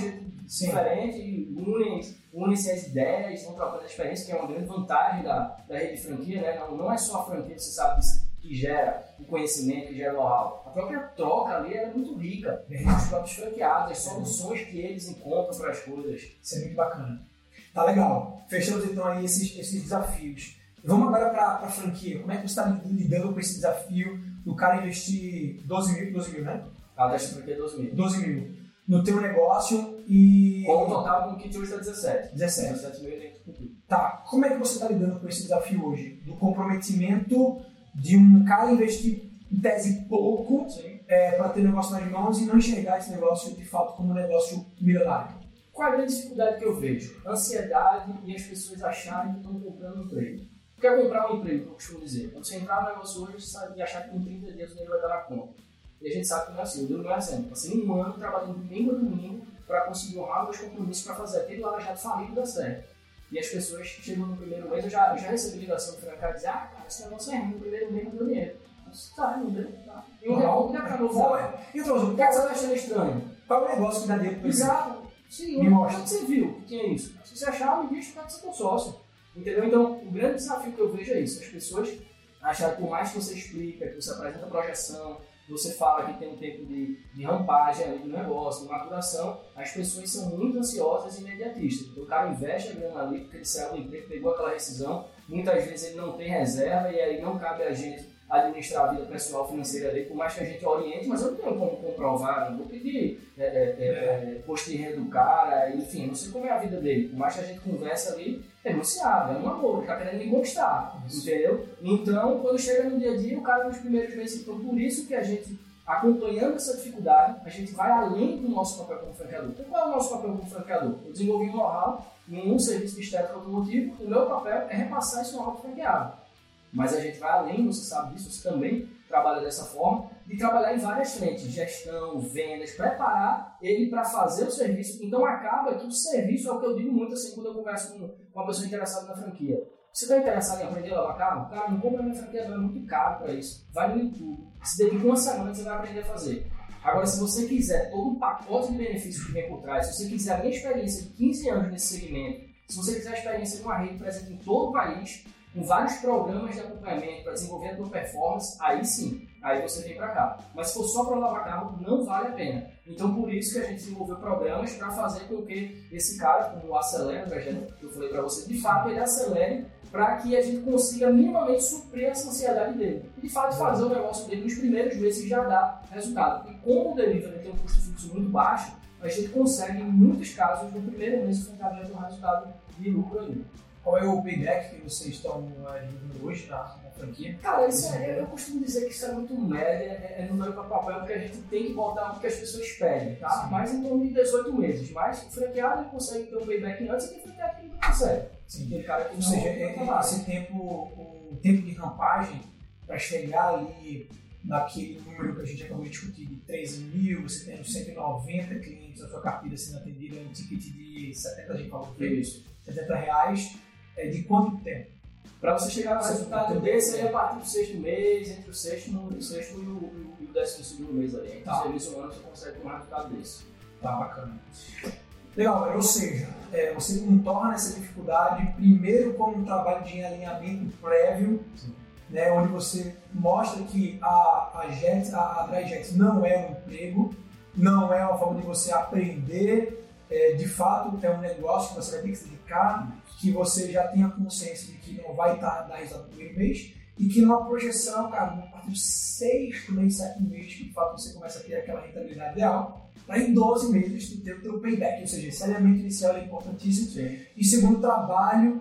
Sim. diferente, unem, unem-se as ideias, vão trocando a experiência, que é uma grande vantagem da, da rede de franquia, né? Não, não é só a franquia, você sabe disso, que gera o conhecimento, que gera o know-how. A própria troca ali é muito rica. Os próprios franqueados, as soluções que eles encontram para as coisas. Isso é muito bacana. Tá legal. Fechamos então aí esses, esses desafios. Vamos agora para a franquia. Como é que você está lidando com esse desafio do cara investir doze mil, doze mil, né? Ah, desta franquia é doze mil. doze mil no teu negócio e... Com o total, com o kit hoje está dezessete. dezessete. dezessete mil dentro do kit. Tá. Como é que você está lidando com esse desafio hoje? Do comprometimento de um cara investir em tese pouco é, para ter negócio nas mãos e não enxergar esse negócio de fato como um negócio milionário. Qual a grande dificuldade que eu vejo? Ansiedade e as pessoas acharem que estão comprando um emprego. O que é comprar um emprego, que eu costumo dizer? Quando você entrar no negócio hoje, você sabe achar que em trinta dias o dinheiro vai dar na conta. E a gente sabe que não é assim. Eu dei um exemplo. Passei um ano trabalhando domingo a domingo para conseguir honrar meus compromissos para fazer aquele lavajado falido dar certo. E as pessoas chegam no primeiro mês, eu já, eu já recebi ligação do franqueado e dizer, ah, cara, esse negócio é ruim, no primeiro mês não deu dinheiro. Você tá, não deu, tá. E um real, que é pra novo. Então, o que você tá achando estranho? Qual é o negócio que dá dinheiro para Exato. Sim, me mostra. onde você viu que tinha isso? Se você achar, me diz que pode ser teu sócio. Entendeu? Então, o grande desafio que eu vejo é isso. As pessoas acharem que por mais que você explica, que você apresenta projeção, você fala que tem um tempo de, de rampagem ali do negócio, de maturação, as pessoas são muito ansiosas e imediatistas. Então o cara investe a grana ali porque ele saiu do emprego, pegou aquela rescisão, muitas vezes ele não tem reserva e aí não cabe a gente administrar a vida pessoal financeira dele, por mais que a gente oriente, mas eu não tenho como comprovar, não vou pedir é, é, é, posto de renda do cara, enfim, não sei como é a vida dele, por mais que a gente converse ali, ele não se abre, é um amor, ele está querendo me conquistar, entendeu? Então, quando chega no dia a dia, o cara nos primeiros meses, então por isso que a gente, acompanhando essa dificuldade, a gente vai além do nosso papel como franqueador. Então, qual é o nosso papel como franqueador? Eu desenvolvi um know-how em um serviço de estética automotivo, o meu papel é repassar esse know-how para o franqueado. Mas a gente vai além, você sabe disso, você também trabalha dessa forma, de trabalhar em várias frentes, gestão, vendas, preparar ele para fazer o serviço. Então acaba que o serviço é o que eu digo muito assim quando eu converso com uma pessoa interessada na franquia. Você está interessado em aprender a lavar carro? Cara, não compra minha franquia, não é muito caro para isso. Vai no YouTube, se dedica uma semana que você vai aprender a fazer. Agora, se você quiser todo o pacote de benefícios que vem por trás, se você quiser a minha experiência de quinze anos nesse segmento, se você quiser a experiência de uma rede presente em todo o país, com vários programas de acompanhamento para desenvolver a tua performance, aí sim, aí você vem para cá. Mas se for só para lavar carro, não vale a pena. Então, por isso que a gente desenvolveu programas para fazer com que esse cara, como o Acelera, que eu falei para você, de fato ele acelere para que a gente consiga minimamente suprir essa ansiedade dele. E de fato fazer o negócio dele nos primeiros meses já dá resultado. E como o delivery tem um custo fixo muito baixo, a gente consegue, em muitos casos, no primeiro mês, o franqueado já ter um resultado de lucro ali. Qual é o payback que vocês estão divulgando hoje na, na franquia? Cara, isso é, eu costumo dizer que isso é muito média, é, é número para papel, porque a gente tem que botar o que as pessoas pedem, tá? Sim. Mas em torno de dezoito meses. Mas o franqueado ele consegue ter um payback antes e tem franqueado que não consegue. Sim. Tem cara que Ou seja, é, esse tempo, o tempo de rampagem para chegar ali naquele número que a gente acabou de discutir de treze mil, você tem uns cento e noventa clientes na sua carteira sendo atendida, um ticket de setenta, a gente falou que isso, setenta reais. É de quanto tempo? Para você chegar no resultado desse, aí a partir do sexto mês, entre o sexto, o sexto e, o, e o décimo segundo mês ali. Entre tá. O serviço humano você consegue ter um resultado desse. Tá, bacana. Legal, galera. Ou seja, é, você contorna essa dificuldade primeiro com um trabalho de alinhamento prévio, né, onde você mostra que a, a, Jet, a, a DryJet não é um emprego, não é uma forma de você aprender, é, de fato é um negócio que você vai ter que se dedicar, que você já tenha consciência de que não vai estar dar resultado no primeiro mês e que numa projeção, cara, a partir do sexto mês, sétimo mês, que de fato você começa a ter aquela rentabilidade ideal, para em doze meses tu ter o teu payback, ou seja, esse alinhamento inicial é importantíssimo. Sim. E segundo, o trabalho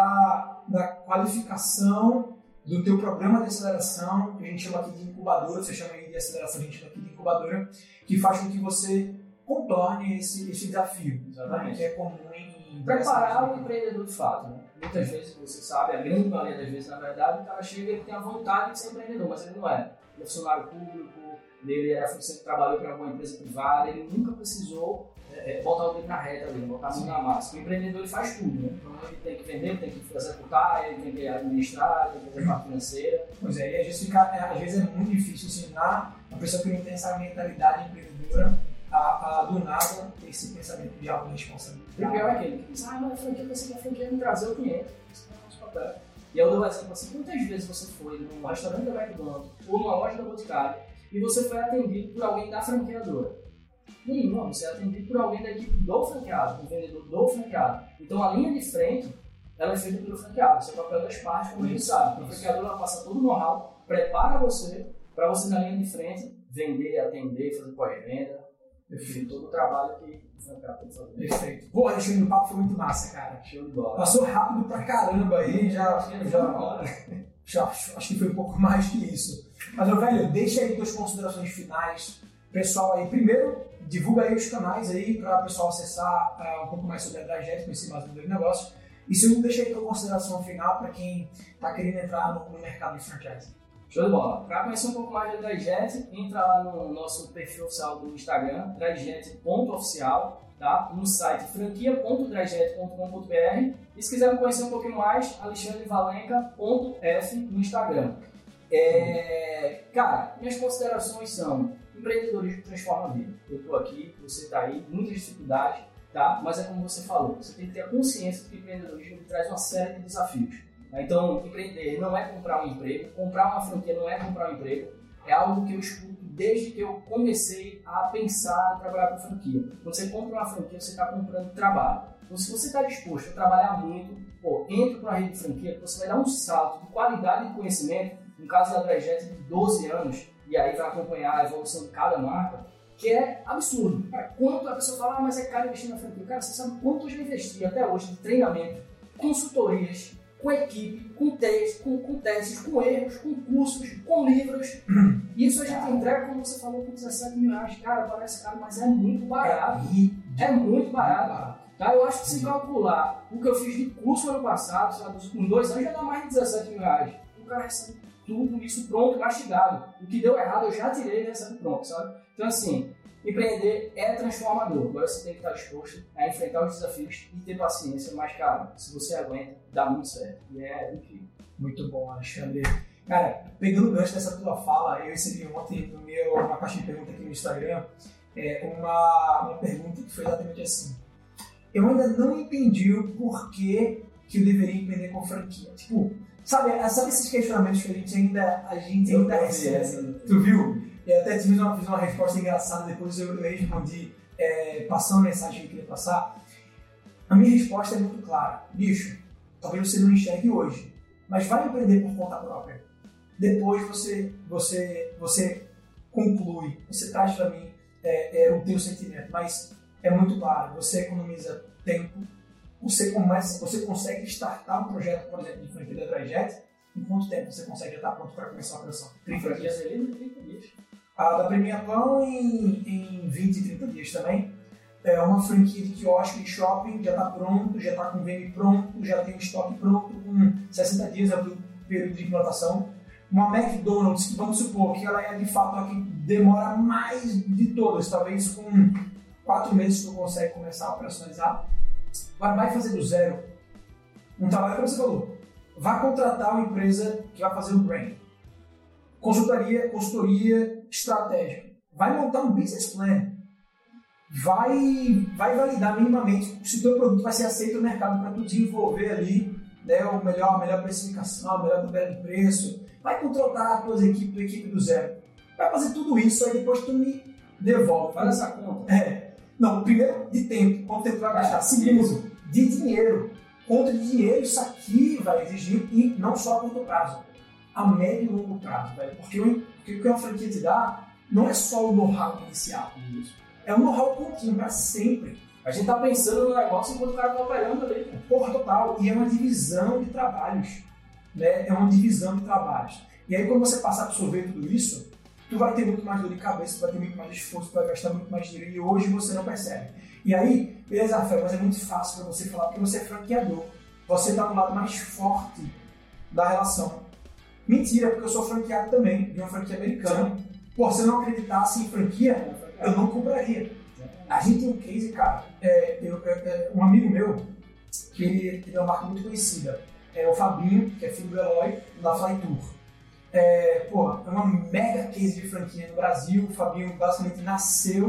da, da qualificação do teu programa de aceleração, que a gente chama aqui de incubadora, você chama aí de aceleração, a gente chama aqui de incubadora, que faz com que você contorne esse, esse desafio, exatamente, que é comum em preparar o empreendedor de fato, né? Muitas vezes, você sabe, a grande maioria das vezes, na verdade, o cara chega e tem a vontade de ser empreendedor, mas ele não é. Ele é funcionário público, ele era funcionário, trabalhou para alguma empresa privada, ele nunca precisou é, botar o dedo na reta ali, botar a mão na massa. O empreendedor ele faz tudo, né? Então ele tem que vender, ele tem que executar, ele tem que administrar, ele tem que fazer a parte financeira. Pois é, e às vezes, fica, às vezes é muito difícil ensinar a pessoa que não tem essa mentalidade empreendedora a, a do nada ter esse pensamento de autorresponsabilidade. O pior é aquele que diz, ah, mas a franquia vai ser a franquia me trazer o cliente. Isso não é nosso papel. E eu dou um exemplo assim, quantas vezes você foi num restaurante da McDonald's ou numa loja da Boticário e você foi atendido por alguém da franqueadora? Nenhuma, você é atendido por alguém da equipe do franqueado, um vendedor do franqueado. Então a linha de frente, ela é feita pelo franqueado, esse é o papel das partes, como a gente sabe. Então, o franqueador ela passa todo o know-how, prepara você, para você na linha de frente, vender, atender, fazer pós-venda, enfim, todo o trabalho que o franqueado tem que fazer. Perfeito. Pô, Alexandre, o papo foi muito massa, cara. Show de bola. Passou rápido pra caramba aí, já, já, já, já acho que foi um pouco mais que isso. Mas, meu velho, deixa aí tuas considerações finais. Pessoal aí, primeiro, divulga aí os canais aí para o pessoal acessar uh, um pouco mais sobre a Dryjet, conhecer mais o modelo de negócio. E segundo, deixa aí tua consideração final para quem está querendo entrar no, no mercado de franchise. Show de bola. Para conhecer um pouco mais da Dryjet, entra lá no nosso perfil oficial do Instagram, dryjet ponto oficial, tá? No site franquia ponto dryjet ponto com ponto b r e se quiser conhecer um pouquinho mais, alexandre valenca ponto f no Instagram. É... Cara, minhas considerações são: empreendedorismo transforma a vida. Eu estou aqui, você está aí, muitas dificuldades, tá? Mas é como você falou, você tem que ter a consciência de que o empreendedorismo traz uma série de desafios. Então, empreender não é comprar um emprego, comprar uma franquia não é comprar um emprego, é algo que eu escuto desde que eu comecei a pensar em trabalhar com franquia. Quando você compra uma franquia, você está comprando trabalho. Então, se você está disposto a trabalhar muito, pô, entra para uma rede de franquia, você vai dar um salto de qualidade de conhecimento, no caso da Dryjet, de doze anos, e aí vai acompanhar a evolução de cada marca, que é absurdo. Cara, quanto a pessoa fala, ah, mas é caro investir na franquia. Cara, você sabe quanto eu já investi até hoje de treinamento, consultorias, com equipe, com, testes, com, com testes, com erros, com cursos, com livros. Isso a gente entrega, como você falou, com dezessete mil reais. Cara, parece caro, mas é muito barato. É muito barato. Tá? Eu acho que se calcular o que eu fiz de curso ano passado, sabe, com dois anos já dá mais de dezessete mil reais. O cara recebe tudo isso pronto, mastigado. O que deu errado eu já tirei e recebe pronto, sabe? Então assim, empreender é transformador. Agora você tem que estar disposto a enfrentar os desafios e ter paciência, mas cara, se você aguenta, dá muito certo. E é incrível. Muito bom, Alexandre. Cara, pegando o gancho dessa tua fala, eu recebi ontem no meu, uma caixa de pergunta aqui no Instagram, é, uma, uma pergunta que foi exatamente assim: eu ainda não entendi o porquê que eu deveria empreender com franquia. Tipo, sabe, sabe esses questionamentos que a gente ainda, a gente ainda recebe? Tu viu? Eu até fiz uma, fiz uma resposta engraçada, depois eu, eu respondi é, passando a mensagem que eu queria passar. A minha resposta é muito clara. Bicho, talvez você não enxergue hoje, mas vai empreender por conta própria. Depois você, você, você conclui, você traz para mim é, é, o teu sentimento, mas é muito claro, você economiza tempo, você, começa, você consegue startar um projeto, por exemplo, de franquia da Dryjet. Em quanto tempo você consegue já estar pronto para começar a operação? trinta dias ali, trinta dias. A da Premia Pão em, em vinte, trinta dias também. É uma franquia de quiosque de shopping, já está pronto, já está com o V M pronto, já tem o estoque pronto, com sessenta dias é o período de implantação. Uma McDonald's, que vamos supor que ela é de fato a que demora mais de todas, talvez com quatro meses tu consegue começar a operacionalizar. Agora vai fazer do zero um trabalho como você falou. Vai contratar uma empresa que vai fazer o brand. Consultoria, consultoria estratégica. Vai montar um business plan. Vai, vai validar minimamente se o teu produto vai ser aceito no mercado para tu desenvolver ali, né, o melhor, a melhor precificação, a melhor tabela de preço. Vai contratar a tua equipe, tua equipe do zero. Vai fazer tudo isso, aí depois tu me devolve. Faz essa conta. É. Não, primeiro de tempo, quanto tempo tu vai gastar. Segundo, de dinheiro. Quanto de dinheiro isso aqui vai exigir, e não só a curto prazo, a médio e longo prazo, velho. Porque, porque o que uma franquia te dá não é só o know-how inicial, isso. É um know-how contínuo para sempre. A gente tá pensando no negócio enquanto o cara tá operando ali, cara. Porra, total. E é uma divisão de trabalhos, né? É uma divisão de trabalhos. E aí, quando você passar a absorver tudo isso, tu vai ter muito mais dor de cabeça, tu vai ter muito mais esforço, tu vai gastar muito mais dinheiro, e hoje você não percebe. E aí, beleza, Rafael, mas é muito fácil para você falar, porque você é franqueador. Você está no lado mais forte da relação. Mentira, porque eu sou franqueado também, de uma franquia americana. Pô, se eu não acreditasse em franquia, eu não compraria. A gente tem um case, cara, é, eu, é, um amigo meu, que ele, ele é uma marca muito conhecida, é o Fabinho, que é filho do Eloy, da Flytour. É, pô, é uma mega case de franquia no Brasil. O Fabinho basicamente nasceu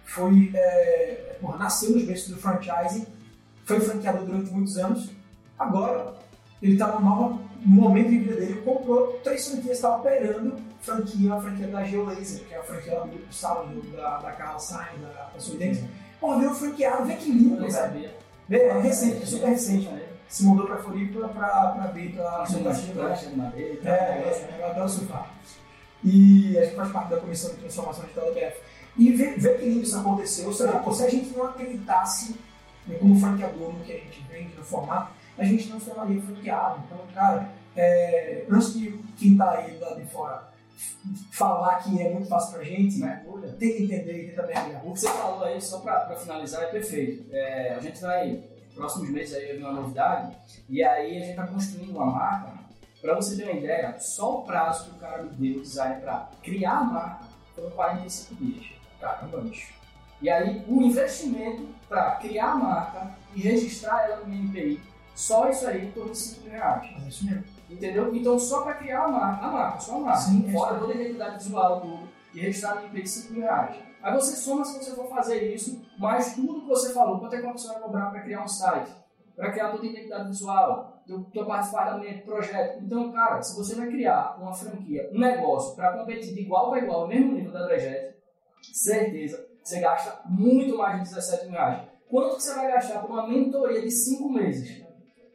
foi, é, porra, nasceu nos berços do franchising, foi franqueador durante muitos anos, agora ele está num novo momento de vida dele, comprou três franquias, está operando franquia, a franquia da Geolaser, que é a franquia do grupo Salvo, da, da Carla Sainz, da, da Suidense. Pô, virou franqueado, vê que lindo, velho. Sabia. É recente, é super recente, né? Se mudou pra Floripa pra, pra vir pra surfar. É, é, eu adoro surfar. E acho que faz parte da comissão de transformação de B F. E ver, ver que lindo isso aconteceu, se a, se a gente não acreditasse, né, como franqueador no que a gente vende, no formato, a gente não se tornaria franqueado. Então, cara, é, antes de quem tá aí lá de fora falar que é muito fácil pra gente, mergulha, tem que entender e tentar mergulhar. O que você falou aí, só pra, pra finalizar, é perfeito. É, a gente vai, próximos meses aí, vai vir uma novidade, e aí a gente tá construindo uma marca. Pra você ter uma ideia, só o prazo que o cara me deu, o design, pra criar a marca, foram quarenta e cinco dias. Caramba, bicho. E aí, o investimento para criar a marca e registrar ela no I N P I, só isso aí, em torno de cinco mil reais. É isso mesmo. Entendeu? Então, só para criar a marca, a marca, só a marca, Sim, fora toda a identidade visual, tudo, e registrar no I N P I, cinco mil reais. Aí você soma se você for fazer isso, mais tudo que você falou, quanto é que você vai cobrar para criar um site, para criar toda a identidade visual, tua participar do projeto. Então, cara, se você vai criar uma franquia, um negócio, para competir de igual para igual, no mesmo nível da Dragete, certeza, você gasta muito mais de dezessete mil reais. Quanto que você vai gastar por uma mentoria de cinco meses?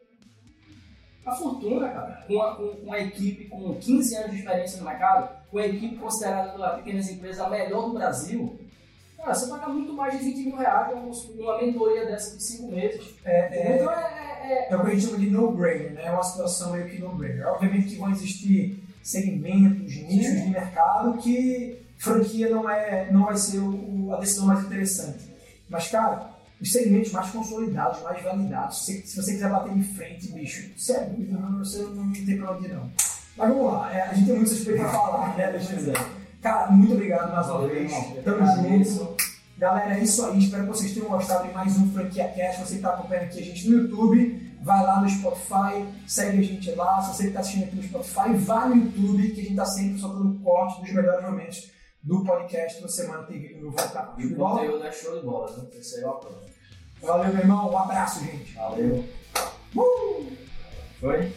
A fortuna, cara. Com uma, com uma equipe com quinze anos de experiência no mercado, com a equipe considerada pelas pequenas empresas a melhor do Brasil, cara, você paga muito mais de vinte mil reais por uma mentoria dessa de cinco meses. É, é, então é, é, é... é o que a gente chama de no-brainer, né? É uma situação meio que no-brainer. Obviamente que vão existir segmentos, nichos Sim. de mercado que franquia não, é, não vai ser o, a decisão mais interessante. Mas, cara, os segmentos mais consolidados, mais validados, se, se você quiser bater de frente, bicho, sério, você não tem pra onde ir, não. Mas vamos lá, é, a gente tem muito suspeito pra falar, né, Alexandre? Cara, muito obrigado mais uma vez. Tamo junto. Galera, é isso aí. Espero que vocês tenham gostado de mais um Franquia Cast. Você que está acompanhando aqui a gente no YouTube, vai lá no Spotify, segue a gente lá. Se você está assistindo aqui no Spotify, vai no YouTube, que a gente está sempre soltando corte dos melhores momentos do podcast. Toda semana tem vídeo novo pra E o conteúdo é show de bola, né? Esse aí é o próximo. Valeu, meu irmão. Um abraço, gente. Valeu. Uh! Foi?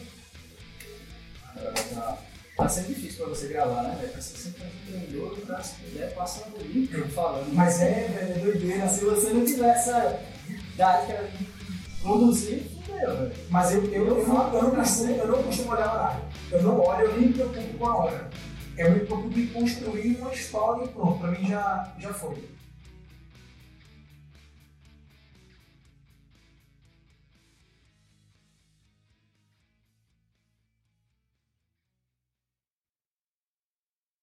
Agora tá... Tá sendo difícil pra você gravar, né, velho? Você sempre empreendedor, tá? Se puder, passa o link falando. Mas é, velho, é doideira. Se você não tiver essa didática de conduzir, fudeu, velho. Mas eu, eu, eu, eu, não, eu, não costumo, eu não costumo olhar o horário. Eu não olho, eu nem me preocupo com a hora. Eu me preocupo em construir uma história e pronto. Pra mim já, já foi.